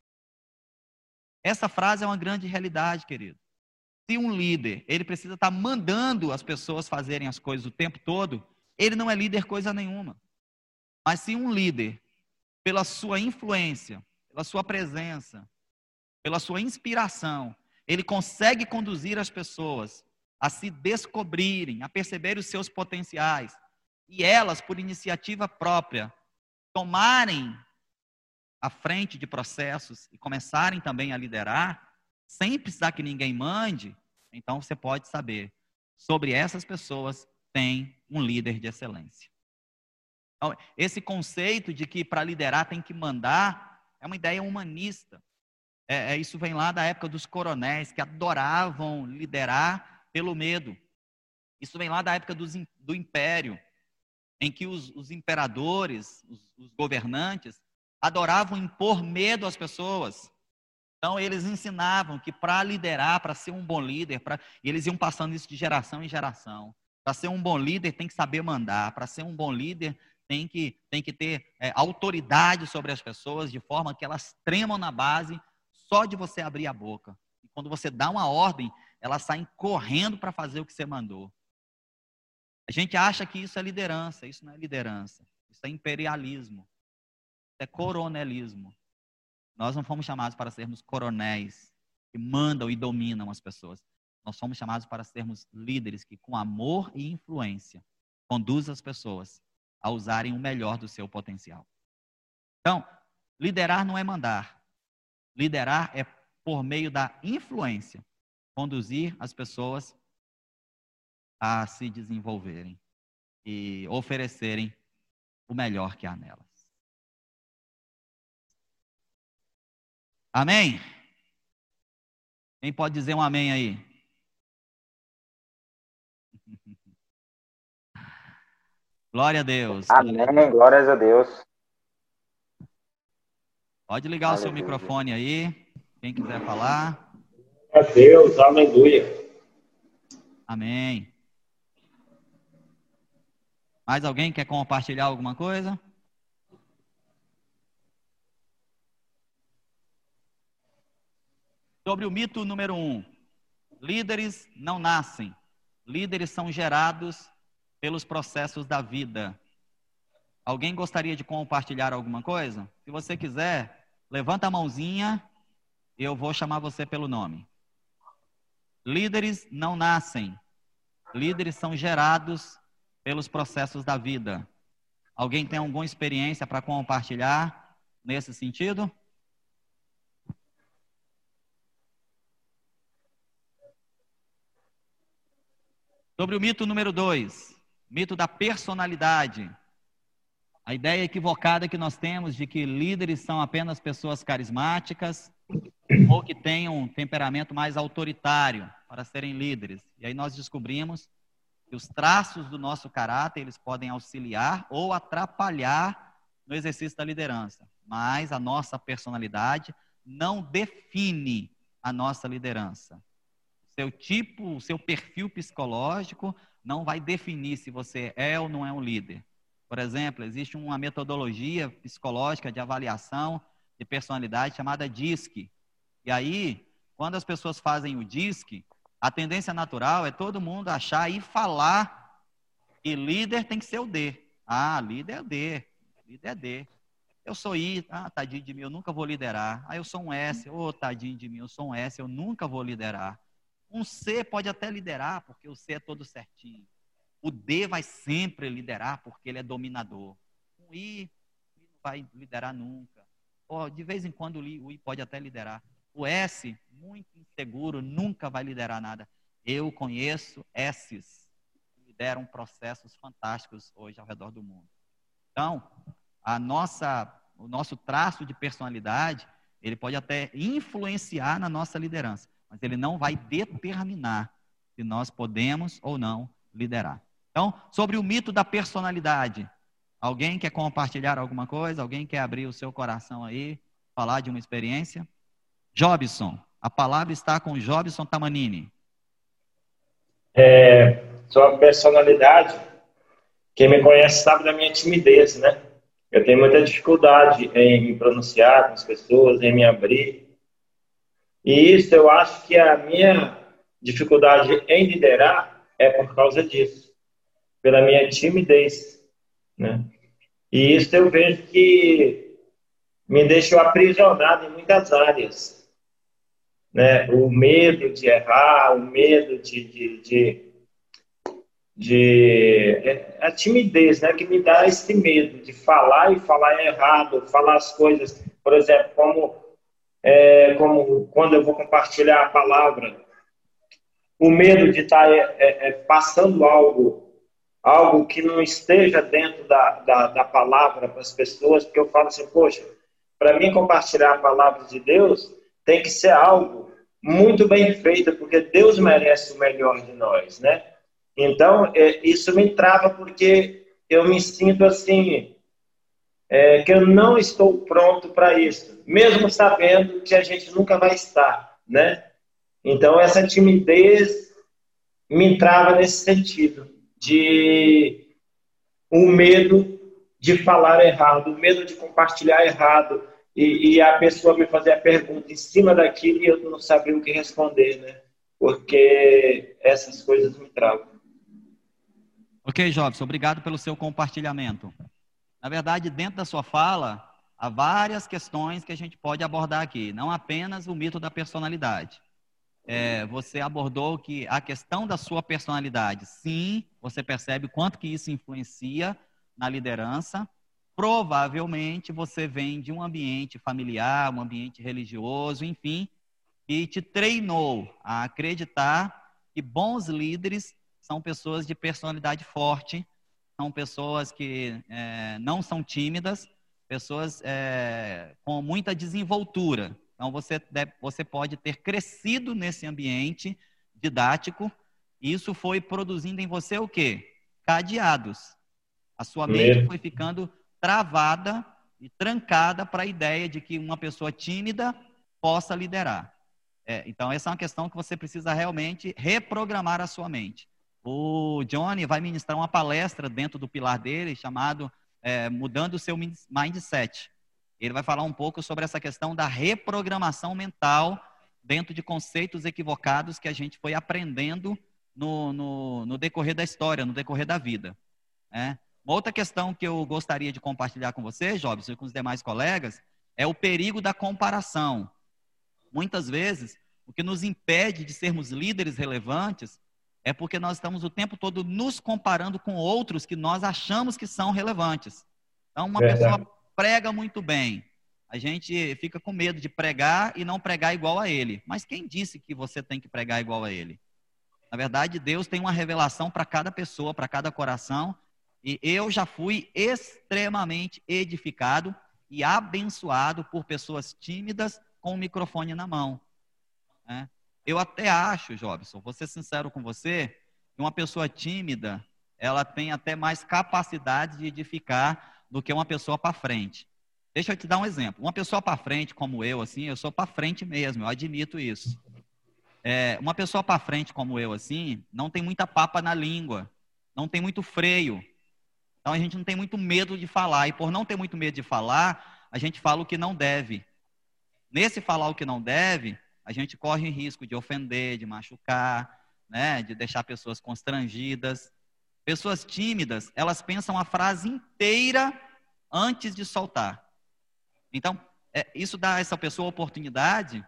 Essa frase é uma grande realidade, querido. Se um líder, ele precisa estar mandando as pessoas fazerem as coisas o tempo todo, ele não é líder coisa nenhuma. Mas se um líder, pela sua influência, pela sua presença, pela sua inspiração, ele consegue conduzir as pessoas a se descobrirem, a perceber os seus potenciais, e elas, por iniciativa própria, tomarem a frente de processos e começarem também a liderar, sem precisar que ninguém mande, então você pode saber, sobre essas pessoas tem um líder de excelência. Então, esse conceito de que para liderar tem que mandar, é uma ideia humanista. É, é, isso vem lá da época dos coronéis, que adoravam liderar pelo medo. Isso vem lá da época do, do império, em que os, os imperadores, os, os governantes, adoravam impor medo às pessoas. Então, eles ensinavam que para liderar, para ser um bom líder, pra, e eles iam passando isso de geração em geração. Para ser um bom líder, tem que saber mandar. Para ser um bom líder, tem que, tem que ter é, autoridade sobre as pessoas, de forma que elas tremam na base só de você abrir a boca. E quando você dá uma ordem, elas saem correndo para fazer o que você mandou. A gente acha que isso é liderança. Isso não é liderança. Isso é imperialismo. Isso é coronelismo. Nós não fomos chamados para sermos coronéis que mandam e dominam as pessoas. Nós somos chamados para sermos líderes que, com amor e influência, conduzem as pessoas a usarem o melhor do seu potencial. Então, liderar não é mandar. Liderar é, por meio da influência, conduzir as pessoas a se desenvolverem e oferecerem o melhor que há nelas. Amém? Quem pode dizer um amém aí? Glória a Deus. Amém, glórias a Deus. Pode ligar Aleluia. O seu microfone aí, quem quiser falar. A Deus, aleluia. Amém. Mais alguém quer compartilhar alguma coisa? Sobre o mito número um. Líderes não nascem. Líderes são gerados pelos processos da vida. Alguém gostaria de compartilhar alguma coisa? Se você quiser, levanta a mãozinha e eu vou chamar você pelo nome. Líderes não nascem. Líderes são gerados pelos processos da vida. Alguém tem alguma experiência para compartilhar nesse sentido? Sobre o mito número dois, mito da personalidade. A ideia equivocada que nós temos de que líderes são apenas pessoas carismáticas ou que tenham um temperamento mais autoritário para serem líderes. E aí nós descobrimos que os traços do nosso caráter, eles podem auxiliar ou atrapalhar no exercício da liderança. Mas a nossa personalidade não define a nossa liderança. seu tipo, o seu perfil psicológico não vai definir se você é ou não é um líder. Por exemplo, existe uma metodologia psicológica de avaliação de personalidade chamada DISC. E aí, quando as pessoas fazem o DISC, a tendência natural é todo mundo achar e falar que líder tem que ser o D. Ah, líder é o D. Líder é D. Eu sou I, ah, tadinho de mim, eu nunca vou liderar. Ah, eu sou um S, ô, oh, tadinho de mim, eu sou um S, eu nunca vou liderar. Um C pode até liderar, porque o C é todo certinho. O D vai sempre liderar, porque ele é dominador. Um I, não vai liderar nunca. Oh, de vez em quando o I pode até liderar. O S, muito inseguro, nunca vai liderar nada. Eu conheço S's que lideram processos fantásticos hoje ao redor do mundo. Então, a nossa, o nosso traço de personalidade, ele pode até influenciar na nossa liderança, mas ele não vai determinar se nós podemos ou não liderar. Então, sobre o mito da personalidade, alguém quer compartilhar alguma coisa? Alguém quer abrir o seu coração aí, falar de uma experiência? Jobson, a palavra está com Jobson Tamanini. É, sua personalidade, quem me conhece sabe da minha timidez, né? Eu tenho muita dificuldade em me pronunciar com as pessoas, em me abrir. E isso eu acho que a minha dificuldade em liderar é por causa disso, pela minha timidez, né? E isso eu vejo que me deixou aprisionado em muitas áreas, né? O medo de errar, o medo de... de, de de é a timidez, né, que me dá esse medo de falar e falar errado, falar as coisas, por exemplo, como, é, como quando eu vou compartilhar a palavra, o medo de estar é, é, passando algo, algo que não esteja dentro da, da, da palavra para as pessoas, porque eu falo assim, poxa, para mim compartilhar a palavra de Deus tem que ser algo muito bem feito, porque Deus merece o melhor de nós, né? Então, é, isso me trava porque eu me sinto assim, é, que eu não estou pronto para isso, mesmo sabendo que a gente nunca vai estar, né? Então, essa timidez me trava nesse sentido, de o medo de falar errado, o medo de compartilhar errado, e, e a pessoa me fazer a pergunta em cima daquilo e eu não saber o que responder, né? Porque essas coisas me travam. Ok, Jobson, obrigado pelo seu compartilhamento. Na verdade, dentro da sua fala, há várias questões que a gente pode abordar aqui, não apenas o mito da personalidade. É, você abordou que a questão da sua personalidade, sim, você percebe quanto que isso influencia na liderança. Provavelmente você vem de um ambiente familiar, um ambiente religioso, enfim, e te treinou a acreditar que bons líderes são pessoas de personalidade forte, são pessoas que é, não são tímidas, pessoas é, com muita desenvoltura. Então, você, deve, você pode ter crescido nesse ambiente didático, e isso foi produzindo em você o quê? Cadeados. A sua mente foi ficando travada e trancada para a ideia de que uma pessoa tímida possa liderar. É, então, essa é uma questão que você precisa realmente reprogramar a sua mente. O Johnny vai ministrar uma palestra dentro do pilar dele, chamado é, Mudando o Seu Mindset. Ele vai falar um pouco sobre essa questão da reprogramação mental dentro de conceitos equivocados que a gente foi aprendendo no, no, no decorrer da história, no decorrer da vida. Né? Uma outra questão que eu gostaria de compartilhar com você, Jobson, e com os demais colegas, é o perigo da comparação. Muitas vezes, o que nos impede de sermos líderes relevantes é porque nós estamos o tempo todo nos comparando com outros que nós achamos que são relevantes. Então, uma Verdade. pessoa prega muito bem. A gente fica com medo de pregar e não pregar igual a ele. Mas quem disse que você tem que pregar igual a ele? Na verdade, Deus tem uma revelação para cada pessoa, para cada coração. E eu já fui extremamente edificado e abençoado por pessoas tímidas com o microfone na mão. Né? Eu até acho, Jobson, vou ser sincero com você, que uma pessoa tímida, ela tem até mais capacidade de edificar do que uma pessoa para frente. Deixa eu te dar um exemplo. Uma pessoa para frente, como eu, assim, eu sou para frente mesmo, eu admito isso. É, uma pessoa para frente como eu, assim, não tem muita papa na língua, não tem muito freio. Então, a gente não tem muito medo de falar. E por não ter muito medo de falar, a gente fala o que não deve. Nesse falar o que não deve, a gente corre risco de ofender, de machucar, né, de deixar pessoas constrangidas. Pessoas tímidas, elas pensam a frase inteira antes de soltar. Então, é, isso dá a essa pessoa a oportunidade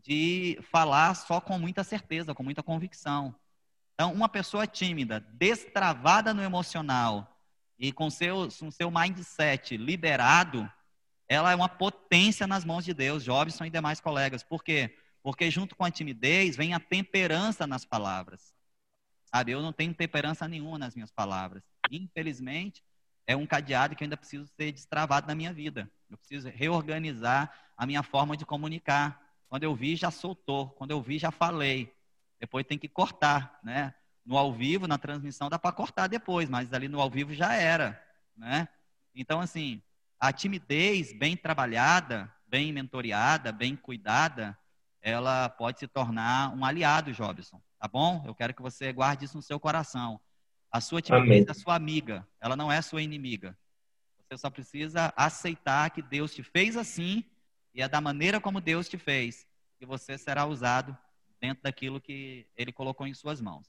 de falar só com muita certeza, com muita convicção. Então, uma pessoa tímida, destravada no emocional e com seu, com seu mindset liberado, ela é uma potência nas mãos de Deus, Jobson e demais colegas. Por quê? Porque junto com a timidez vem a temperança nas palavras. Sabe, eu não tenho temperança nenhuma nas minhas palavras. Infelizmente, é um cadeado que eu ainda preciso ser destravado na minha vida. Eu preciso reorganizar a minha forma de comunicar. Quando eu vi, já soltou. Quando eu vi, já falei. Depois tem que cortar, né? No ao vivo, na transmissão, dá para cortar depois, mas ali no ao vivo já era, né? Então, assim, a timidez bem trabalhada, bem mentoreada, bem cuidada, ela pode se tornar um aliado, Jobson, tá bom? Eu quero que você guarde isso no seu coração. A sua timidez Amém. É sua amiga, ela não é sua inimiga. Você só precisa aceitar que Deus te fez assim e é da maneira como Deus te fez que você será usado dentro daquilo que Ele colocou em suas mãos.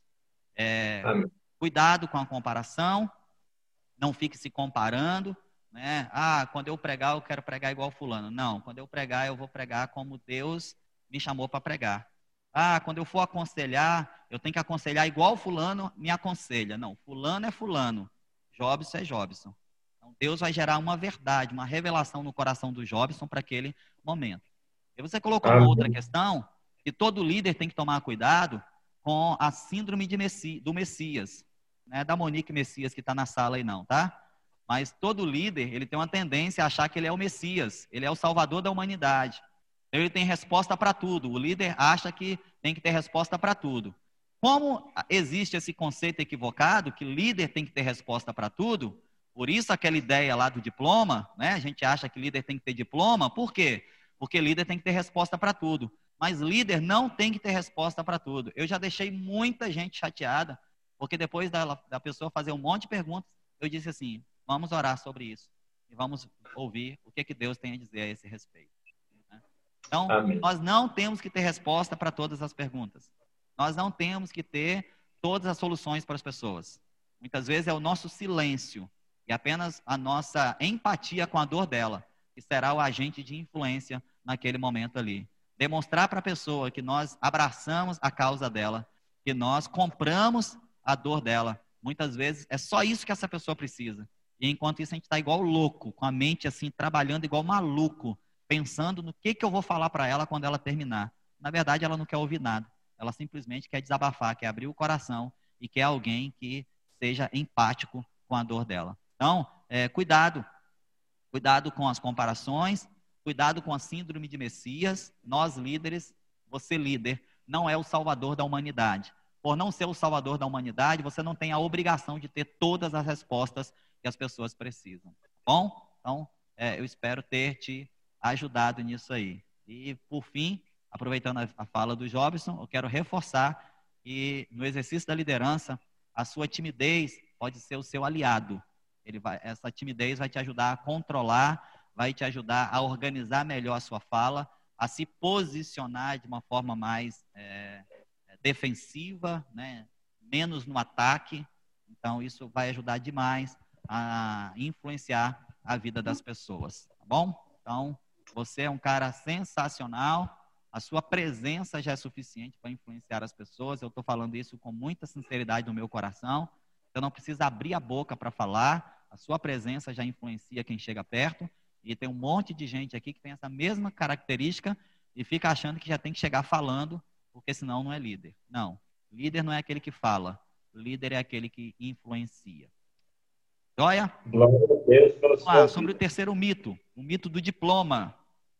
É, cuidado com a comparação, não fique se comparando, né? Ah, quando eu pregar, eu quero pregar igual fulano. Não, quando eu pregar, eu vou pregar como Deus me chamou para pregar. Ah, quando eu for aconselhar, eu tenho que aconselhar igual fulano me aconselha. Não, fulano é fulano, Jobson é Jobson. Então, Deus vai gerar uma verdade, uma revelação no coração do Jobson para aquele momento. E você colocou Amém. Uma outra questão, que todo líder tem que tomar cuidado com a síndrome de Messi, do Messias. Não é da Monique Messias que está na sala aí não, tá? Mas todo líder, ele tem uma tendência a achar que ele é o Messias, ele é o salvador da humanidade. Ele tem resposta para tudo. O líder acha que tem que ter resposta para tudo. Como existe esse conceito equivocado, que líder tem que ter resposta para tudo, por isso aquela ideia lá do diploma, né? A gente acha que líder tem que ter diploma, por quê? Porque líder tem que ter resposta para tudo. Mas líder não tem que ter resposta para tudo. Eu já deixei muita gente chateada, porque depois da, da pessoa fazer um monte de perguntas, eu disse assim, vamos orar sobre isso. E vamos ouvir o que, que Deus tem a dizer a esse respeito. Então, Amém. Nós não temos que ter resposta para todas as perguntas. Nós não temos que ter todas as soluções para as pessoas. Muitas vezes é o nosso silêncio e apenas a nossa empatia com a dor dela, que será o agente de influência naquele momento ali. Demonstrar para a pessoa que nós abraçamos a causa dela, que nós compramos a dor dela. Muitas vezes é só isso que essa pessoa precisa. E enquanto isso a gente está igual louco, com a mente assim, trabalhando igual maluco, pensando no que, que eu vou falar para ela quando ela terminar. Na verdade, ela não quer ouvir nada. Ela simplesmente quer desabafar, quer abrir o coração e quer alguém que seja empático com a dor dela. Então, é, cuidado. Cuidado com as comparações, cuidado com a síndrome de Messias. Nós, líderes, você líder, não é o salvador da humanidade. Por não ser o salvador da humanidade, você não tem a obrigação de ter todas as respostas que as pessoas precisam. Tá bom? Então, é, eu espero ter te ajudado nisso aí. E, por fim, aproveitando a fala do Jobson, eu quero reforçar que no exercício da liderança, a sua timidez pode ser o seu aliado. Ele vai, essa timidez vai te ajudar a controlar, vai te ajudar a organizar melhor a sua fala, a se posicionar de uma forma mais é, defensiva, né? Menos no ataque. Então, isso vai ajudar demais a influenciar a vida das pessoas. Tá bom? Então, você é um cara sensacional, a sua presença já é suficiente para influenciar as pessoas. Eu estou falando isso com muita sinceridade no meu coração. Você não precisa abrir a boca para falar, a sua presença já influencia quem chega perto. E tem um monte de gente aqui que tem essa mesma característica e fica achando que já tem que chegar falando, porque senão não é líder. Não, líder não é aquele que fala, líder é aquele que influencia. Joia? Glória a Deus pela sua vida. Sobre o terceiro mito, o mito do diploma.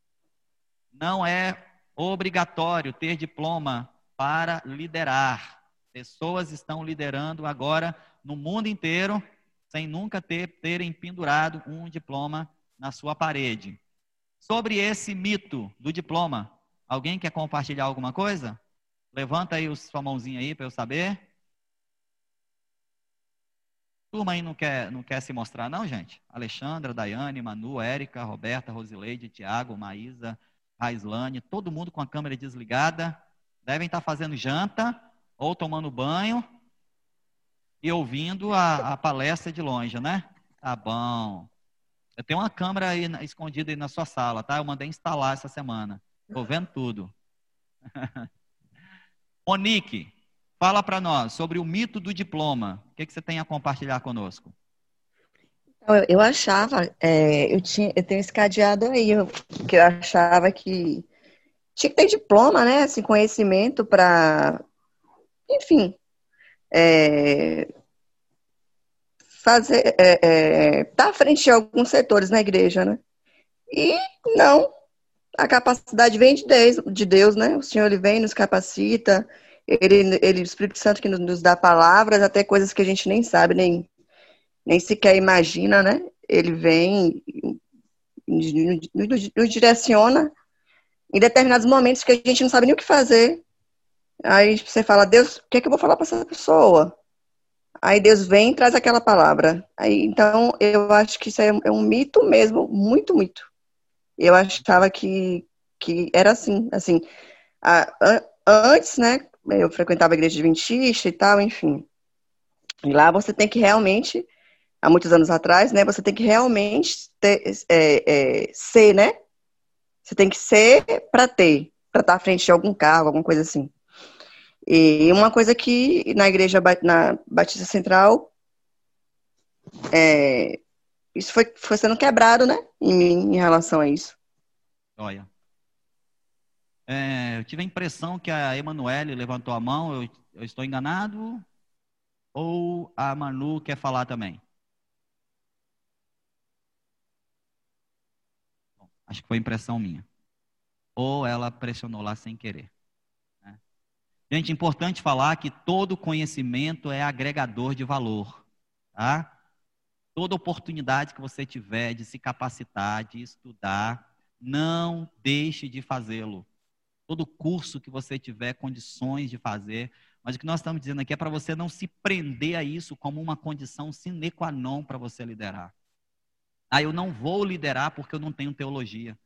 Não é obrigatório ter diploma para liderar. Pessoas estão liderando agora no mundo inteiro sem nunca ter, terem pendurado um diploma na sua parede. Sobre esse mito do diploma, alguém quer compartilhar alguma coisa? Levanta aí sua mãozinha aí para eu saber. Turma aí não quer, não quer se mostrar não, gente? Alexandra, Daiane, Manu, Érica, Roberta, Rosileide, Tiago, Maísa, Raislane, todo mundo com a câmera desligada. Devem estar fazendo janta ou tomando banho e ouvindo a, a palestra de longe, né? Tá bom. Eu tenho uma câmera aí escondida aí na sua sala, tá? Eu mandei instalar essa semana. Tô vendo tudo. Monique, fala para nós sobre o mito do diploma. O que, que você tem a compartilhar conosco? Eu, eu achava, é, eu, tinha, eu tenho esse cadeado aí, eu, que eu achava que tinha que ter diploma, né? Assim, conhecimento para, enfim, é, fazer, é, é, tá à frente de alguns setores na igreja, né? E não, a capacidade vem de Deus, de Deus, né? O Senhor, ele vem, nos capacita, ele, ele, o Espírito Santo que nos, nos dá palavras, até coisas que a gente nem sabe, nem, nem sequer imagina, né? Ele vem, nos, nos direciona em determinados momentos que a gente não sabe nem o que fazer. Aí você fala, Deus, o que é que eu vou falar para essa pessoa? Aí Deus vem e traz aquela palavra. Aí, então, eu acho que isso é, é um mito mesmo, muito mito. Eu achava que, que era assim, assim, a, a, antes, né, eu frequentava a igreja adventista e tal, enfim. E lá você tem que realmente, há muitos anos atrás, né, você tem que realmente ter, é, é, ser, né? Você tem que ser para ter, para estar à frente de algum cargo, alguma coisa assim. E uma coisa que na igreja, na Batista Central, é, isso foi, foi sendo quebrado, né, em mim, em relação a isso. Olha, é, eu tive a impressão que a Emanuele levantou a mão, eu, eu estou enganado? Ou a Manu quer falar também? Bom, acho que foi impressão minha. Ou ela pressionou lá sem querer. Né? Gente, importante falar que todo conhecimento é agregador de valor, tá? Toda oportunidade que você tiver de se capacitar, de estudar, não deixe de fazê-lo. Todo curso que você tiver condições de fazer, mas o que nós estamos dizendo aqui é para você não se prender a isso como uma condição sine qua non para você liderar. Ah, eu não vou liderar porque eu não tenho teologia.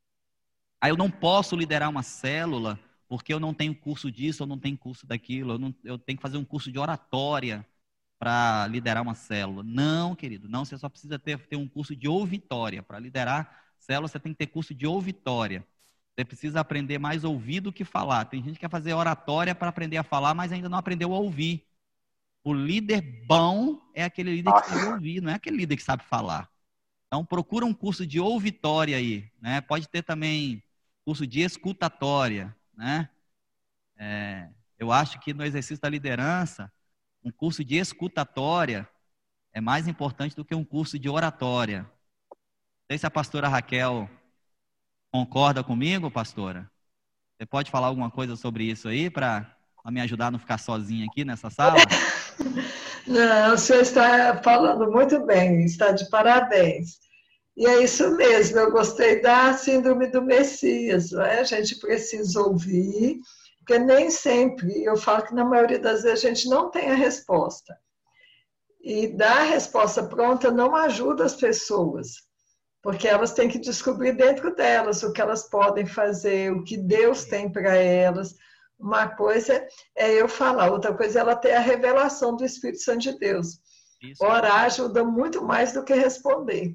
Ah, eu não posso liderar uma célula porque eu não tenho curso disso, eu não tenho curso daquilo, eu, não, eu tenho que fazer um curso de oratória para liderar uma célula. Não, querido, não, você só precisa ter, ter um curso de ouvitória. Para liderar célula, você tem que ter curso de ouvitória. Você precisa aprender mais ouvir do que falar. Tem gente que quer fazer oratória para aprender a falar, mas ainda não aprendeu a ouvir. O líder bom é aquele líder que sabe ouvir, não é aquele líder que sabe falar. Então, procura um curso de ouvitória aí, né? Pode ter também curso de escutatória, né? É, eu acho que no exercício da liderança, um curso de escutatória é mais importante do que um curso de oratória. Não sei se a pastora Raquel concorda comigo, pastora? Você pode falar alguma coisa sobre isso aí para me ajudar a não ficar sozinha aqui nessa sala? Não, o senhor está falando muito bem, está de parabéns. E é isso mesmo, eu gostei da síndrome do Messias, não é? A gente precisa ouvir, porque nem sempre, eu falo que na maioria das vezes a gente não tem a resposta. E dar a resposta pronta não ajuda as pessoas. Porque elas têm que descobrir dentro delas o que elas podem fazer, o que Deus tem para elas. Uma coisa é eu falar, outra coisa é ela ter a revelação do Espírito Santo de Deus. Isso. Orar ajuda muito mais do que responder.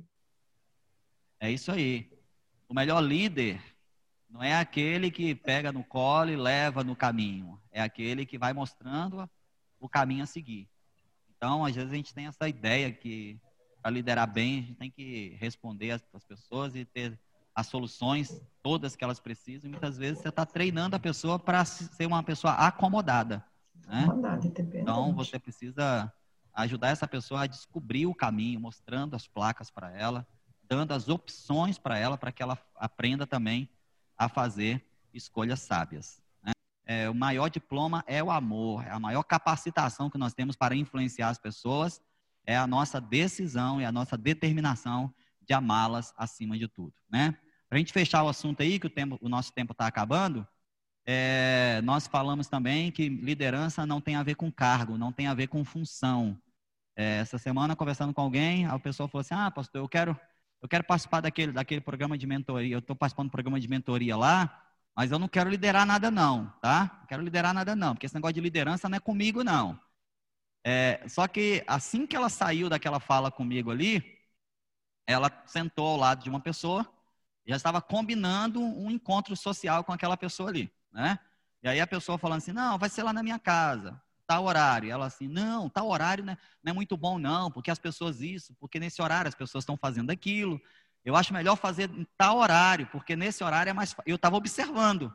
É isso aí. O melhor líder não é aquele que pega no colo e leva no caminho. É aquele que vai mostrando o caminho a seguir. Então, às vezes a gente tem essa ideia que para liderar bem, a gente tem que responder às pessoas e ter as soluções todas que elas precisam. E muitas vezes você está treinando a pessoa para ser uma pessoa acomodada. Né? Então, você precisa ajudar essa pessoa a descobrir o caminho, mostrando as placas para ela, dando as opções para ela, para que ela aprenda também a fazer escolhas sábias. Né? É, o maior diploma é o amor, é a maior capacitação que nós temos para influenciar as pessoas, é a nossa decisão e a nossa determinação de amá-las acima de tudo, né? Para a gente fechar o assunto aí, que o, tempo, o nosso tempo está acabando, É, nós falamos também que liderança não tem a ver com cargo, não tem a ver com função. É, essa semana, conversando com alguém, a pessoa falou assim, ah, pastor, eu quero, eu quero participar daquele, daquele programa de mentoria, eu estou participando do programa de mentoria lá, mas eu não quero liderar nada não, tá? Não quero liderar nada não, porque esse negócio de liderança não é comigo não. É, só que assim que ela saiu daquela fala comigo ali, ela sentou ao lado de uma pessoa, já estava combinando um encontro social com aquela pessoa ali, né? E aí a pessoa falando assim, não, vai ser lá na minha casa, tal horário. E ela assim, não, tal horário né, não é muito bom não, porque as pessoas isso, porque nesse horário as pessoas estão fazendo aquilo. Eu acho melhor fazer em tal horário, porque nesse horário é mais... Eu estava observando.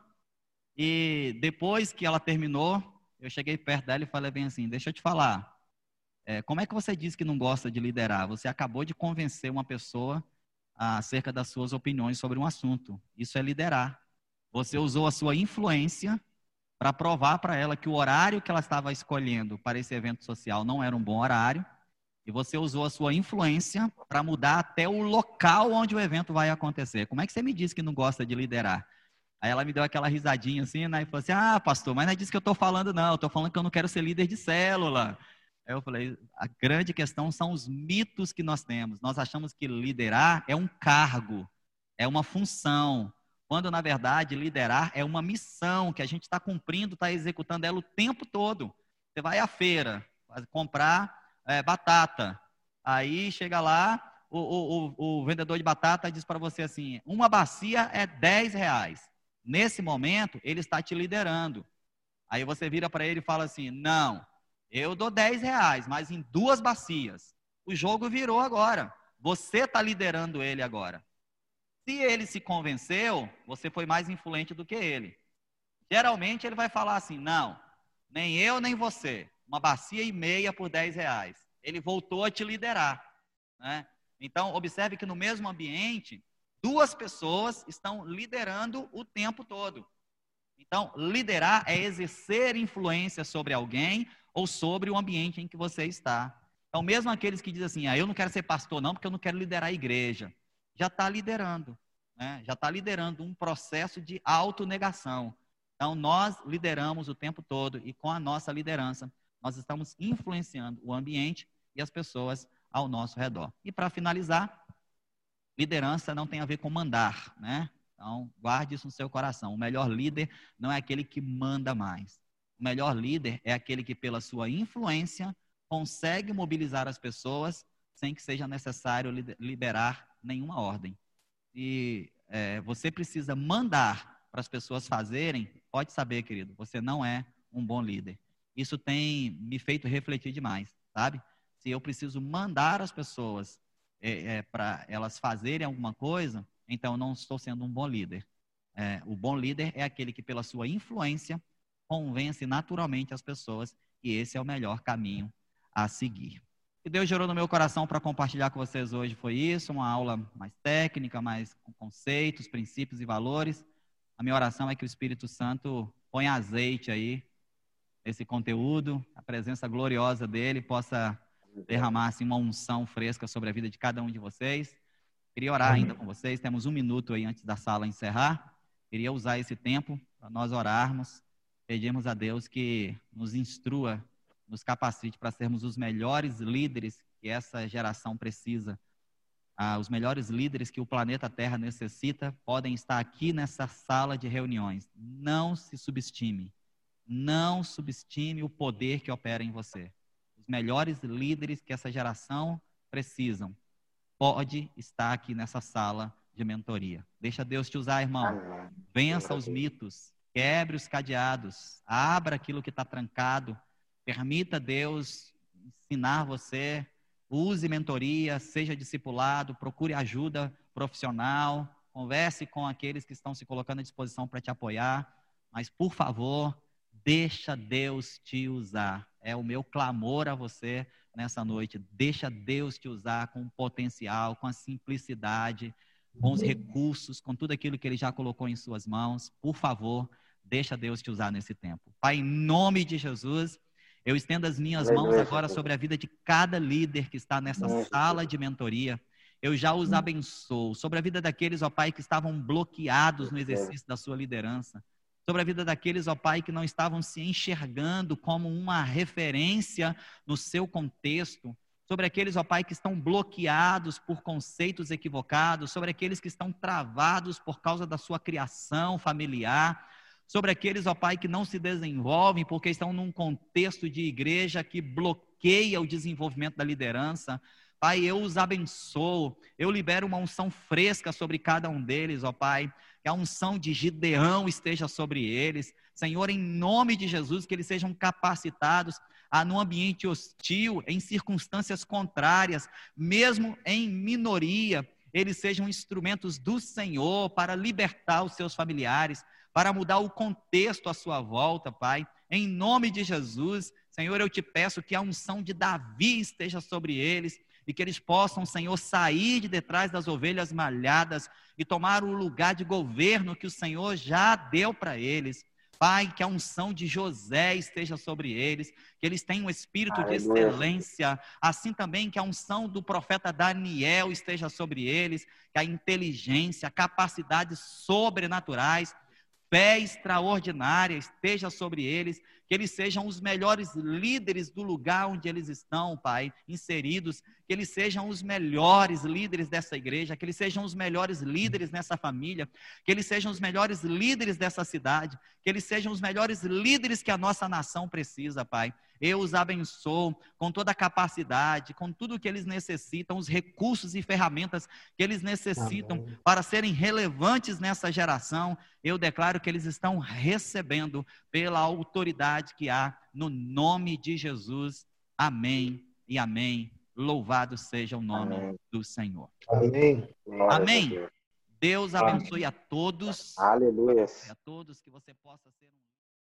E depois que ela terminou, eu cheguei perto dela e falei bem assim, deixa eu te falar, é, como é que você diz que não gosta de liderar? Você acabou de convencer uma pessoa acerca das suas opiniões sobre um assunto. Isso é liderar. Você usou a sua influência para provar para ela que o horário que ela estava escolhendo para esse evento social não era um bom horário, e você usou a sua influência para mudar até o local onde o evento vai acontecer. Como é que você me diz que não gosta de liderar? Aí ela me deu aquela risadinha assim, né, e falou assim, ah, pastor, mas não é disso que eu estou falando não, eu estou falando que eu não quero ser líder de célula. Aí eu falei, a grande questão são os mitos que nós temos. Nós achamos que liderar é um cargo, é uma função, quando na verdade liderar é uma missão que a gente está cumprindo, está executando ela o tempo todo. Você vai à feira, vai comprar é, batata, aí chega lá, o, o, o, o vendedor de batata diz para você assim, uma bacia é dez reais. Nesse momento, ele está te liderando. Aí você vira para ele e fala assim, não, eu dou dez reais, mas em duas bacias. O jogo virou agora. Você está liderando ele agora. Se ele se convenceu, você foi mais influente do que ele. Geralmente ele vai falar assim, não, nem eu nem você. Uma bacia e meia por dez reais. Ele voltou a te liderar, né? Então, observe que no mesmo ambiente, duas pessoas estão liderando o tempo todo. Então, liderar é exercer influência sobre alguém ou sobre o ambiente em que você está. Então, mesmo aqueles que dizem assim, ah, eu não quero ser pastor não, porque eu não quero liderar a igreja, já está liderando, né? Já está liderando um processo de autonegação. Então, nós lideramos o tempo todo e com a nossa liderança, nós estamos influenciando o ambiente e as pessoas ao nosso redor. E para finalizar, liderança não tem a ver com mandar, né? Então, guarde isso no seu coração. O melhor líder não é aquele que manda mais. O melhor líder é aquele que, pela sua influência, consegue mobilizar as pessoas sem que seja necessário liberar nenhuma ordem. E é, você precisa mandar para as pessoas fazerem, pode saber, querido, você não é um bom líder. Isso tem me feito refletir demais, sabe? Se eu preciso mandar as pessoas é, é, para elas fazerem alguma coisa, então eu não estou sendo um bom líder. É, o bom líder é aquele que, pela sua influência, convence naturalmente as pessoas, e esse é o melhor caminho a seguir. O que Deus gerou no meu coração para compartilhar com vocês hoje foi isso, uma aula mais técnica, mais com conceitos, princípios e valores. A minha oração é que o Espírito Santo ponha azeite aí nesse conteúdo, a presença gloriosa dele possa derramar assim, uma unção fresca sobre a vida de cada um de vocês. Queria orar ainda com vocês, temos um minuto aí antes da sala encerrar. Queria usar esse tempo para nós orarmos, pedirmos a Deus que nos instrua, nos capacite para sermos os melhores líderes que essa geração precisa. Ah, os melhores líderes que o planeta Terra necessita podem estar aqui nessa sala de reuniões. Não se subestime. Não subestime o poder que opera em você. Os melhores líderes que essa geração precisam pode estar aqui nessa sala de mentoria. Deixa Deus te usar, irmão. Vença os mitos, quebre os cadeados, abra aquilo que está trancado, permita Deus ensinar você, use mentoria, seja discipulado, procure ajuda profissional, converse com aqueles que estão se colocando à disposição para te apoiar, mas, por favor, deixa Deus te usar. É o meu clamor a você nessa noite. Deixa Deus te usar com o potencial, com a simplicidade, com os recursos, com tudo aquilo que Ele já colocou em suas mãos. Por favor, deixa Deus te usar nesse tempo. Pai, em nome de Jesus, eu estendo as minhas mãos agora sobre a vida de cada líder que está nessa sala de mentoria. Eu já os abençoo. Sobre a vida daqueles, ó Pai, que estavam bloqueados no exercício da sua liderança. sobre a vida daqueles, ó Pai, que não estavam se enxergando como uma referência no seu contexto, sobre aqueles, ó Pai, que estão bloqueados por conceitos equivocados, sobre aqueles que estão travados por causa da sua criação familiar, sobre aqueles, ó Pai, que não se desenvolvem porque estão num contexto de igreja que bloqueia o desenvolvimento da liderança. Pai, eu os abençoo, eu libero uma unção fresca sobre cada um deles, ó Pai, que a unção de Gideão esteja sobre eles. Senhor, em nome de Jesus, que eles sejam capacitados a, num ambiente hostil, em circunstâncias contrárias, mesmo em minoria, eles sejam instrumentos do Senhor para libertar os seus familiares, para mudar o contexto à sua volta, Pai. Em nome de Jesus, Senhor, eu te peço que a unção de Davi esteja sobre eles, e que eles possam, Senhor, sair de detrás das ovelhas malhadas e tomar o lugar de governo que o Senhor já deu para eles. Pai, que a unção de José esteja sobre eles, que eles tenham um espírito de excelência, assim também que a unção do profeta Daniel esteja sobre eles, que a inteligência, a capacidades sobrenaturais, fé extraordinária esteja sobre eles, que eles sejam os melhores líderes do lugar onde eles estão, Pai, inseridos, que eles sejam os melhores líderes dessa igreja, que eles sejam os melhores líderes nessa família, que eles sejam os melhores líderes dessa cidade, que eles sejam os melhores líderes que a nossa nação precisa, Pai. Eu os abençoo com toda a capacidade, com tudo o que eles necessitam, os recursos e ferramentas que eles necessitam Amém. Para serem relevantes nessa geração. Eu declaro que eles estão recebendo pela autoridade que há no nome de Jesus. Amém e amém. Louvado seja o nome amém. Do Senhor. Amém. Amém. Deus abençoe a todos. Aleluia. A todos, que você possa ser um